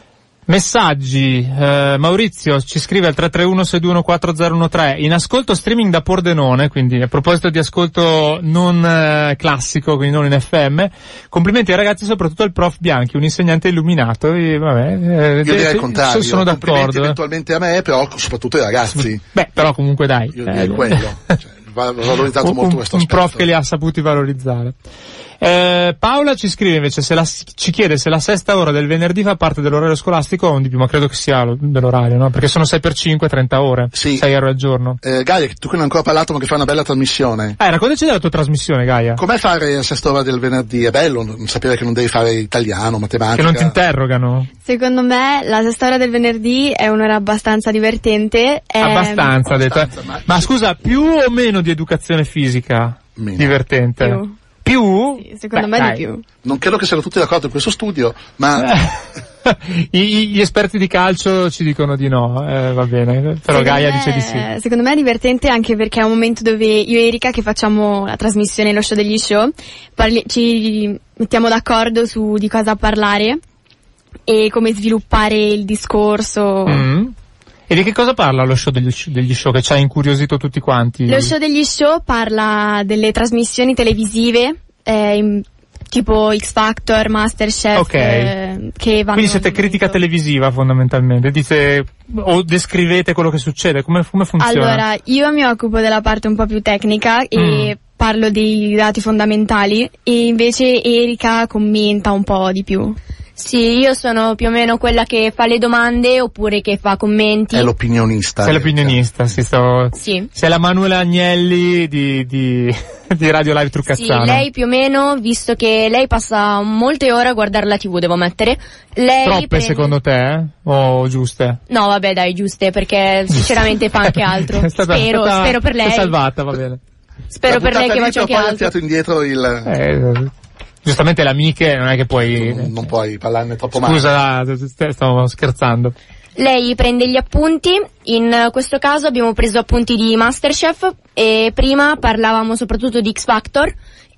Messaggi, eh, Maurizio ci scrive al tre tre uno sei due uno quattro zero uno tre, in ascolto streaming da Pordenone, quindi a proposito di ascolto non eh, classico, quindi non in F M, complimenti ai ragazzi, soprattutto al prof Bianchi, un insegnante illuminato, e, vabbè, eh, io direi il contrario, sono d'accordo. Eventualmente a me, però soprattutto ai ragazzi. Beh, però comunque dai. Io direi eh, quello, cioè, va valorizzato un, molto questo aspetto. Un prof che li ha saputi valorizzare. Eh, Paola ci scrive invece, se la, ci chiede se la sesta ora del venerdì fa parte dell'orario scolastico o di più, ma credo che sia lo, dell'orario, no? Perché sono sei per cinque, trenta ore. Sì. sei euro al giorno. Eh, Gaia, tu che non hai ancora parlato ma che fai una bella trasmissione. Eh, raccontaci della tua trasmissione, Gaia. Com'è fare la sesta ora del venerdì? È bello non sapere che non devi fare italiano, matematica. Che non ti interrogano. Secondo me la sesta ora del venerdì è un'ora abbastanza divertente. È... Abbastanza, abbastanza detto. ma... ma scusa, più o meno di educazione fisica? Meno. Divertente. Più. Più? Sì, secondo Beh, me dai. di più. Non credo che siano tutti d'accordo in questo studio, ma... I, gli esperti di calcio ci dicono di no, eh, va bene, però Secondo Gaia me- dice di sì. Secondo me è divertente anche perché è un momento dove io e Erika, che facciamo la trasmissione Lo Show degli Show, parli- ci mettiamo d'accordo su di cosa parlare e come sviluppare il discorso. Mm. E di che cosa parla lo show degli, degli show che ci ha incuriosito tutti quanti? Lo Show degli Show parla delle trasmissioni televisive, eh, in- tipo X Factor, Masterchef, Ok. eh, che vanno... Quindi siete critica televisiva fondamentalmente, dite o descrivete quello che succede, come, come funziona? Allora, io mi occupo della parte un po' più tecnica e Mm. parlo dei dati fondamentali e invece Erika commenta un po' di più. Sì, io sono più o meno quella che fa le domande oppure che fa commenti. È l'opinionista. Sei l'opinionista, sì, stavo... Sì. Sei la Manuela Agnelli di, di, di Radio Live Truccazzano. Sì, lei più o meno, visto che lei passa molte ore a guardare la tivù, devo mettere. Lei Troppe prende... secondo te? Eh? O giuste? No, vabbè, dai, giuste, perché sinceramente fa anche altro. È stata- spero, è stata- spero per lei. È salvata, va bene. Spero per lei che faccia anche poi ha altro. tirato indietro il... Eh, giustamente le amiche non è che puoi... Non, non puoi parlarne troppo male. Scusa, stavo scherzando. Lei prende gli appunti, in questo caso abbiamo preso appunti di Masterchef e prima parlavamo soprattutto di X Factor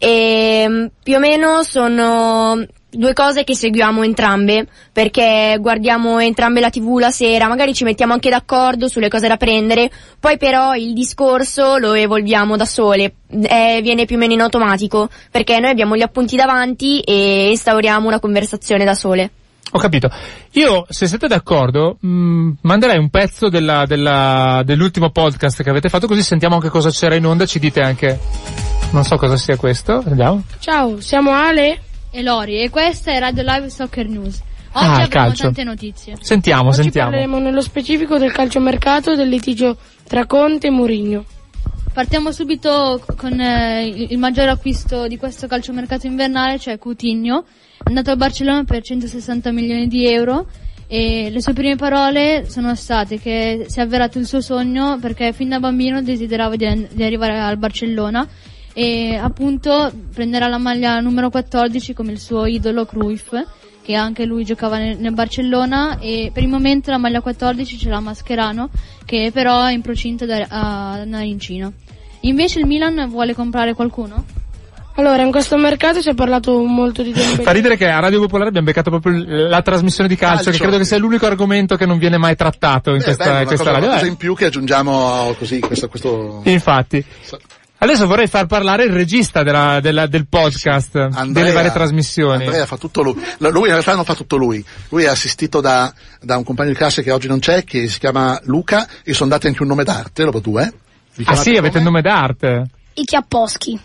e mm, più o meno sono due cose che seguiamo entrambe perché guardiamo entrambe la tivù la sera, magari ci mettiamo anche d'accordo sulle cose da prendere, poi però il discorso lo evolviamo da sole, eh, viene più o meno in automatico perché noi abbiamo gli appunti davanti e instauriamo una conversazione da sole. Ho capito. Io, se siete d'accordo, mh, manderei un pezzo della, della, dell'ultimo podcast che avete fatto, così sentiamo anche cosa c'era in onda e ci dite anche... Non so cosa sia questo. Andiamo. Ciao, siamo Ale e Lori e questa è Radio Live Soccer News. Oggi Ah, abbiamo calcio. tante notizie. Sentiamo, Oggi sentiamo. parleremo nello specifico del calciomercato, del litigio tra Conte e Mourinho. Partiamo subito con eh, il il maggior acquisto di questo calciomercato invernale, cioè Coutinho, è andato al Barcellona per centosessanta milioni di euro e le sue prime parole sono state che si è avverato il suo sogno perché fin da bambino desiderava di, di arrivare al Barcellona e appunto prenderà la maglia numero quattordici come il suo idolo Cruyff, che anche lui giocava nel, nel Barcellona, e per il momento la maglia quattordici ce l'ha Mascherano, che però è in procinto da, a andare in Cina. Invece il Milan vuole comprare qualcuno? Allora, in questo mercato si è parlato molto di Dembélé. Fa ridere che a Radio Popolare abbiamo beccato proprio l- la trasmissione di calcio, Calcio. che credo che sia l'unico argomento che non viene mai trattato in Eh, questa, bello, in una questa cosa, radio. una cosa Eh, in più che aggiungiamo così, questo, questo... Infatti. Adesso vorrei far parlare il regista della, della, del podcast, Andrea, delle varie trasmissioni. Andrea fa tutto lui. No, lui in realtà non fa tutto lui. Lui è assistito da, da un compagno di classe che oggi non c'è, che si chiama Luca, e sono dati anche un nome d'arte, dopo tu, eh? Vi Ah chiamate sì, avete il come? nome d'arte. I Chiapposchi.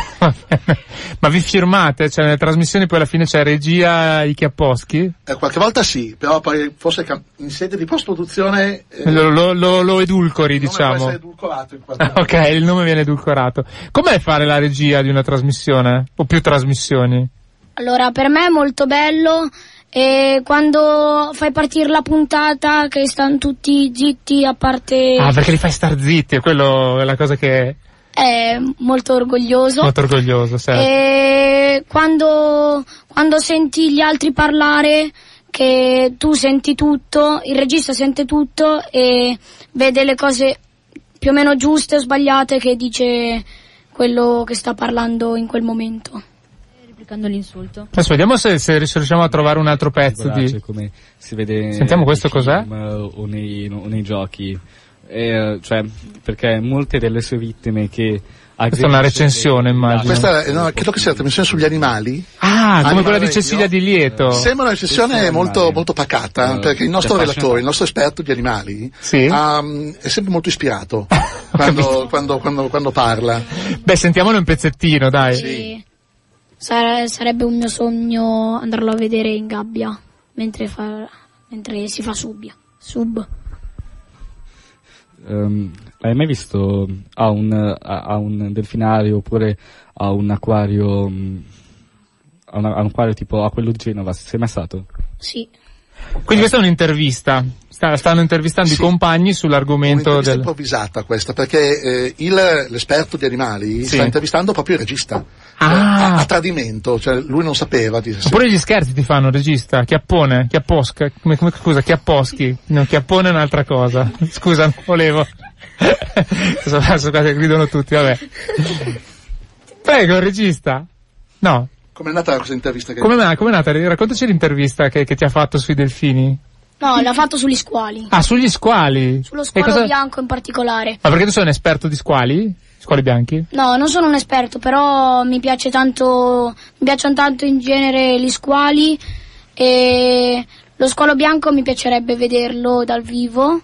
Ma vi firmate? Cioè nelle trasmissioni poi alla fine c'è regia i Chiapposchi? Eh, qualche volta sì, però poi forse cam- in sede di post-produzione... Eh, Lo, lo, lo, lo edulcori, il nome può diciamo. essere edulcorato in qualche modo. Ok, il nome viene edulcorato. Com'è fare la regia di una trasmissione? O più trasmissioni? Allora, per me è molto bello e quando fai partire la puntata che stanno tutti zitti a parte... Ah, perché li fai star zitti, è quello è la cosa che È molto orgoglioso. molto orgoglioso, certo. E quando, quando senti gli altri parlare, che tu senti tutto, il regista sente tutto e vede le cose più o meno giuste o sbagliate che dice quello che sta parlando in quel momento. applicando l'insulto. Adesso vediamo se, se riusciamo a trovare un altro pezzo di... come si vede. Sentiamo questo nei cos'è? film o nei, o nei giochi. Eh, cioè, perché molte delle sue vittime che questa è una recensione, immagino. Questa è, no, credo che sia la trasmissione sugli animali. Ah, come quella di Cecilia Di Lieto. Sembra una recensione molto, molto pacata, uh, perché il nostro relatore, il nostro esperto di animali, sì? um, è sempre molto ispirato quando, quando, quando, quando parla. Beh, sentiamone un pezzettino, dai. Sì. Sare- sarebbe un mio sogno andarlo a vedere in gabbia, mentre, fa, mentre si fa subbia, sub. Um, hai mai visto a un, a, a un delfinario oppure a un acquario um, a, una, a un acquario tipo a quello di Genova? Sei mai stato? Sì. Quindi questa è un'intervista, Sta, stanno intervistando sì. i compagni sull'argomento un'intervista del... improvvisata questa, perché eh, il, l'esperto di animali sì. sta intervistando proprio il regista. Ah. A, a tradimento, cioè lui non sapeva. Dice, Oppure sì. gli scherzi ti fanno, regista, chiappone, chiapposca, come, come, scusa, chiapposchi, no, chiappone è un'altra cosa, scusa, non volevo. Adesso qua che gridano tutti, vabbè. Prego, regista. No. Com'è nata questa intervista? Che... Come è nata? Raccontaci l'intervista che, che ti ha fatto sui delfini. No, l'ha fatto sugli squali. Ah, sugli squali? Sullo squalo cosa... bianco in particolare. Ma perché tu sei un esperto di squali? Squali bianchi? No, non sono un esperto, però mi piace tanto, mi piacciono tanto in genere gli squali e lo squalo bianco mi piacerebbe vederlo dal vivo.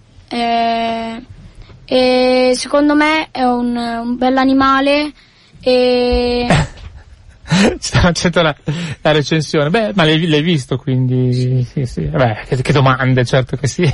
E, e secondo me è un, un bell'animale e... Sta facendo la, la recensione. Beh, ma l'hai, l'hai visto, quindi sì, sì. Vabbè, che, che domande, certo che sì.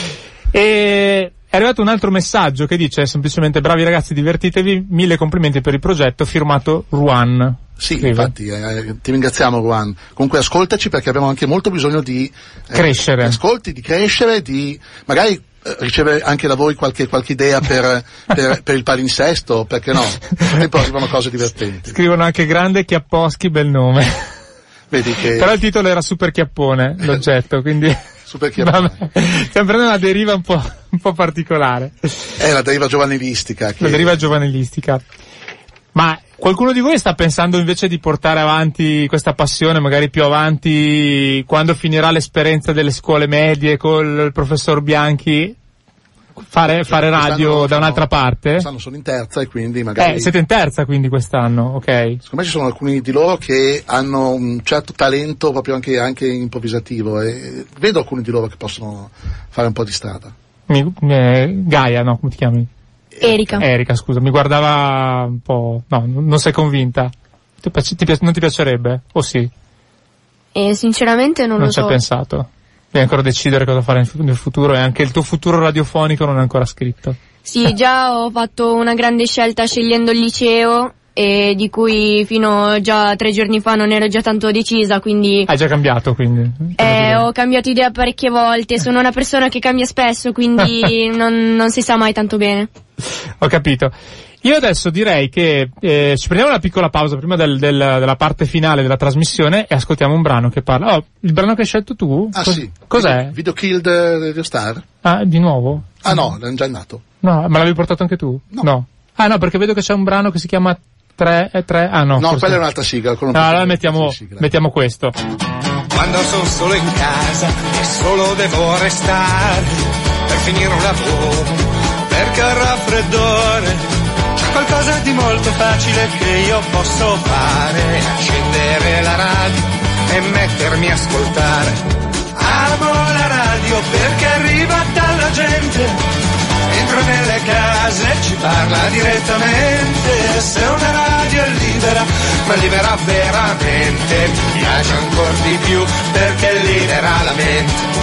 E è arrivato un altro messaggio che dice semplicemente: bravi ragazzi, divertitevi, mille complimenti per il progetto, firmato Ruan. Sì, Scrive. infatti, eh, ti ringraziamo Ruan. Comunque ascoltaci, perché abbiamo anche molto bisogno di eh, crescere. Ascolti, di crescere, di magari eh, ricevere anche da voi qualche, qualche idea per, per, per il palinsesto, perché no? E poi arrivano cose divertenti. Scrivono anche grande Chiapposchi, bel nome. Vedi che... Però il titolo era Super Chiappone, l'oggetto, quindi... Super Chiappone. Stiamo prendendo una deriva un po', un po' particolare. È la deriva giovanilistica. Che... La deriva giovanilistica. Ma qualcuno di voi sta pensando invece di portare avanti questa passione, magari più avanti, quando finirà l'esperienza delle scuole medie col professor Bianchi, fare, fare radio da un'altra parte? Quest'anno sono in terza e quindi magari... Eh, siete in terza quindi quest'anno, ok. Secondo me ci sono alcuni di loro che hanno un certo talento proprio anche, anche improvvisativo, e vedo alcuni di loro che possono fare un po' di strada. Mi, eh, Gaia, no, come ti chiami? Erika. Erika, scusa, mi guardava un po'... No, non sei convinta? Ti, piace, ti piace, non ti piacerebbe? O sì? E sinceramente non, non lo so. Non ci hai pensato? Devi ancora decidere cosa fare nel futuro, e anche il tuo futuro radiofonico non è ancora scritto. Sì, già ho fatto una grande scelta scegliendo il liceo, e di cui fino già tre giorni fa non ero già tanto decisa, quindi... Hai già cambiato, quindi? Eh, ho cambiato idea parecchie volte, sono una persona che cambia spesso, quindi non, non si sa mai tanto bene. Ho capito. Io adesso direi che eh, ci prendiamo una piccola pausa prima del, del, della parte finale della trasmissione e ascoltiamo un brano che parla... Oh, il brano che hai scelto tu? Ah Cos- sì. Cos'è? Video, video Killed Radio Star. Ah, di nuovo? Ah no, è già nato. No, ma l'avevi portato anche tu? No. no. Ah no, perché vedo che c'è un brano che si chiama tre e tre. Ah no. No, forse... quella è un'altra sigla. No, allora mettiamo, mettiamo questo. Quando sono solo in casa e solo devo restare per finire un lavoro, perché ho raffreddore, c'è qualcosa di molto facile che io posso fare: accendere la radio e mettermi a ascoltare. Amo la radio perché arriva dalla gente, entra nelle case e ci parla direttamente. Se una radio è libera, ma libera veramente, mi piace ancora di più perché libera la mente.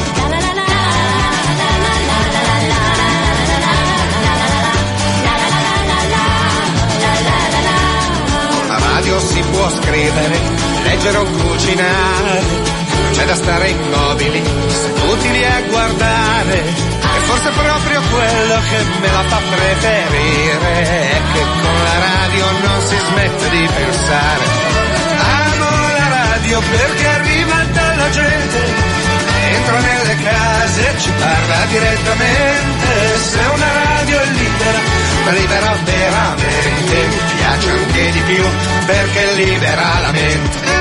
Con la radio si può scrivere, leggere o cucinare, c'è da stare immobili, seduti lì a guardare. E forse proprio quello che me la fa preferire è che con la radio non si smette di pensare. Amo la radio perché arriva dalla gente, entra nelle case e ci parla direttamente. Se una radio è libera, ma libera veramente, mi piace anche di più perché libera la mente.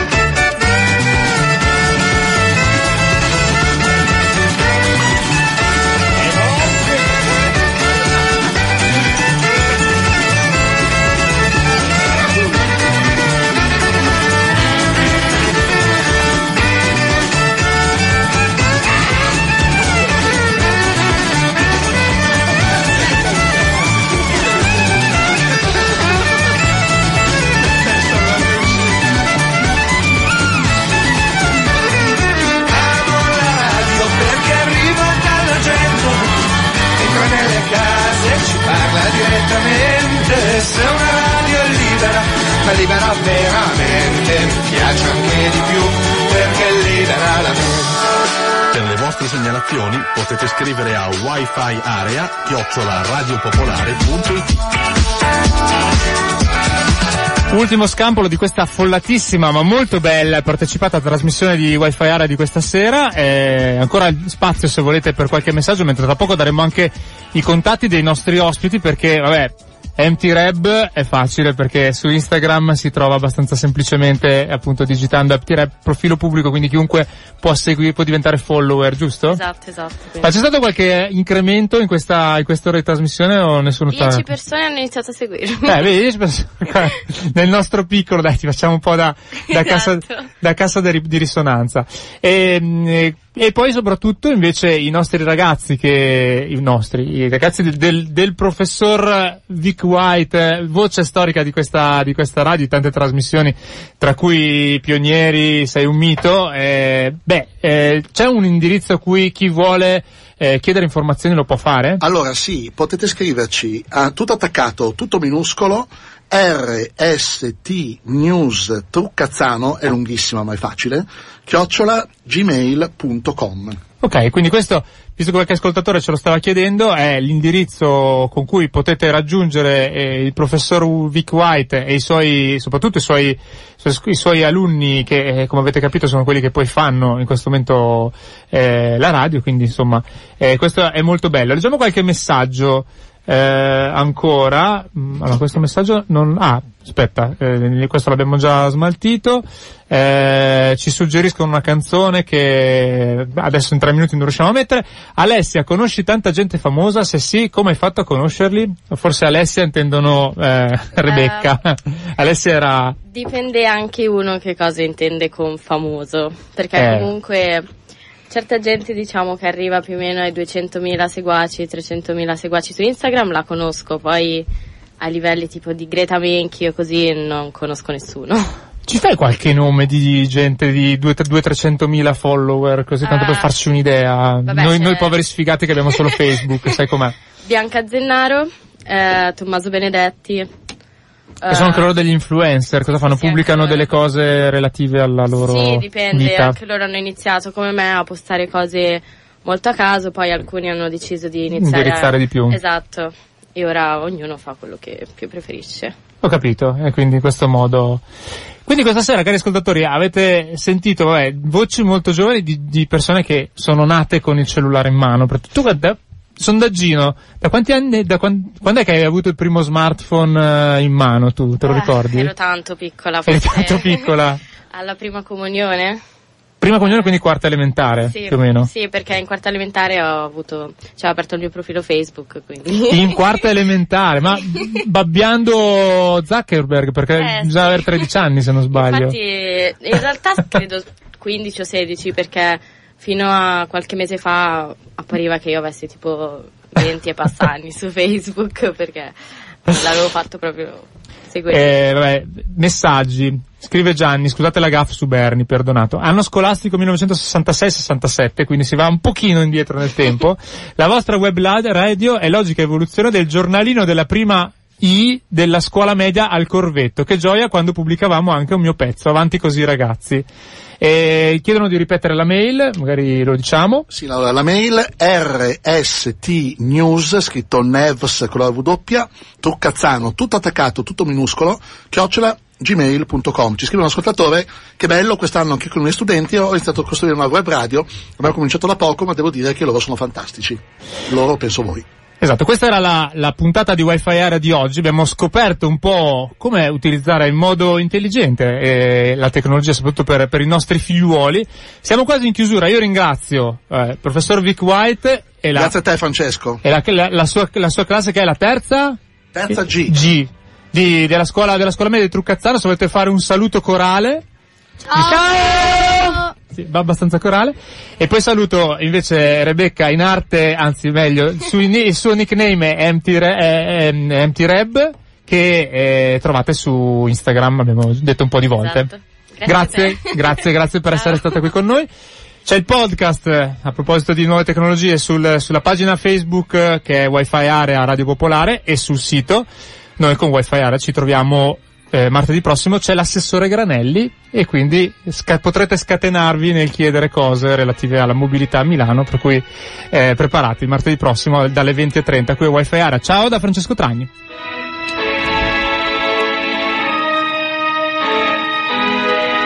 Parla direttamente, se una radio è libera, ma libera veramente, mi piace anche di più perché libera la mente. Per le vostre segnalazioni potete scrivere a wifi area chiocciola radiopopolare punto it. Ultimo scampolo di questa affollatissima ma molto bella e partecipata trasmissione di Wi-Fi Area di questa sera. Eh, ancora spazio se volete per qualche messaggio, mentre tra poco daremo anche i contatti dei nostri ospiti, perché vabbè, M T Reb è facile perché su Instagram si trova abbastanza semplicemente, appunto digitando M T Reb profilo pubblico, quindi chiunque può seguire, può diventare follower, giusto? Esatto, esatto. Quindi. Ma c'è stato qualche incremento in questa in questa ora di trasmissione o nessuno? dieci persone hanno iniziato a seguirmi. Eh, vedi, dieci persone. Nel nostro piccolo, dai, ti facciamo un po' da, da esatto. cassa, da cassa di, di risonanza. E, e poi soprattutto invece i nostri ragazzi che, i nostri, i ragazzi del, del, del professor Vic White, voce storica di questa, di questa radio, di tante trasmissioni, tra cui Pionieri, Sei un mito, eh, beh, eh, c'è un indirizzo a cui chi vuole eh, chiedere informazioni lo può fare? Allora sì, potete scriverci a tutto attaccato, tutto minuscolo, R S T News Truccazzano, è lunghissima ma è facile, chiocciola gmail punto com. Ok, quindi questo, visto che qualche ascoltatore ce lo stava chiedendo, è l'indirizzo con cui potete raggiungere eh, il professor Vic White e i suoi, soprattutto i suoi, i suoi alunni che, eh, come avete capito, sono quelli che poi fanno in questo momento eh, la radio, quindi insomma, eh, questo è molto bello. Leggiamo qualche messaggio. Eh, ancora, allora questo messaggio non, ah, aspetta, eh, questo l'abbiamo già smaltito, eh, ci suggeriscono una canzone che adesso in tre minuti non riusciamo a mettere. Alessia, conosci tanta gente famosa? Se sì, come hai fatto a conoscerli? Forse Alessia intendono, eh, Rebecca. Eh, Alessia era... Dipende anche uno che cosa intende con famoso, perché eh. comunque... Certa gente, diciamo, che arriva più o meno ai duecentomila seguaci, trecentomila seguaci su Instagram la conosco, poi a livelli tipo di Greta Menchi o così non conosco nessuno. Ci fai qualche nome di gente di due trecentomila follower, così tanto uh, per farci un'idea? Vabbè, noi, noi poveri sfigati che abbiamo solo Facebook, sai com'è? Bianca Zennaro, eh, Tommaso Benedetti. E sono anche loro degli influencer, cosa fanno? Sì, Pubblicano delle cose relative alla loro vita? Sì, dipende, anche loro hanno iniziato come me a postare cose molto a caso, poi alcuni hanno deciso di iniziare indirizzare a... di più. Esatto, e ora ognuno fa quello che più preferisce. Ho capito, e quindi in questo modo... Quindi questa sera, cari ascoltatori, avete sentito, vabbè, voci molto giovani di, di persone che sono nate con il cellulare in mano. Tu, da, sondaggino, da quanti anni, da quando, quando è che hai avuto il primo smartphone uh, in mano tu, te lo eh, ricordi? Ero tanto piccola. Eri tanto piccola? Alla prima comunione. Prima comunione, quindi quarta elementare, sì, più o meno? Sì, perché in quarta elementare ho avuto, cioè ho aperto il mio profilo Facebook, quindi. In quarta elementare, ma babbiando Zuckerberg, perché eh, bisogna sì. avere tredici anni se non sbaglio. Infatti, in realtà credo quindici o sedici, perché fino a qualche mese fa appariva che io avessi tipo venti e passa anni su Facebook, perché l'avevo fatto proprio seguire. Eh, vabbè, messaggi. Scrive Gianni, scusate la gaffe su Berni, perdonato. Anno scolastico millenovecentosessantasei sessantasette, quindi si va un pochino indietro nel tempo. La vostra web radio è logica evoluzione del giornalino della prima I della scuola media al Corvetto. Che gioia quando pubblicavamo anche un mio pezzo. Avanti così, ragazzi. E chiedono di ripetere la mail, magari lo diciamo. Sì, allora, la mail R S T News, scritto Nevs con la W, Truccazzano, tutto attaccato, tutto minuscolo, chiocciola gmail punto com. Ci scrive un ascoltatore: che bello, quest'anno anche con i miei studenti ho iniziato a costruire una web radio, abbiamo cominciato da poco, ma devo dire che loro sono fantastici. Loro, penso voi. Esatto, questa era la, la puntata di Wi-Fi Area di oggi. Abbiamo scoperto un po' come utilizzare in modo intelligente eh, la tecnologia, soprattutto per, per i nostri figliuoli. Siamo quasi in chiusura. Io ringrazio eh, il professor Vic White e la, grazie a te Francesco. E la, la, la, sua, la sua classe, che è la terza? Terza G. G. Di, della scuola, della scuola media di Truccazzano. Se volete fare un saluto corale. Ciao! Ciao! Sì, va abbastanza corale. E poi saluto invece Rebecca in arte, anzi meglio, su, il suo nickname è Empty, Re, è, è Empty Reb, che eh, trovate su Instagram, abbiamo detto un po' di volte. Esatto. Grazie, grazie, grazie, grazie per essere stata qui con noi. C'è il podcast, a proposito di nuove tecnologie, sul, sulla pagina Facebook che è Wi-Fi Area Radio Popolare, e sul sito. Noi con Wi-Fi Area ci troviamo eh, martedì prossimo, c'è l'assessore Granelli, e quindi sca- potrete scatenarvi nel chiedere cose relative alla mobilità a Milano, per cui eh, preparati martedì prossimo dalle venti e trenta qui a Wi-Fi Area. Ciao da Francesco Tragni.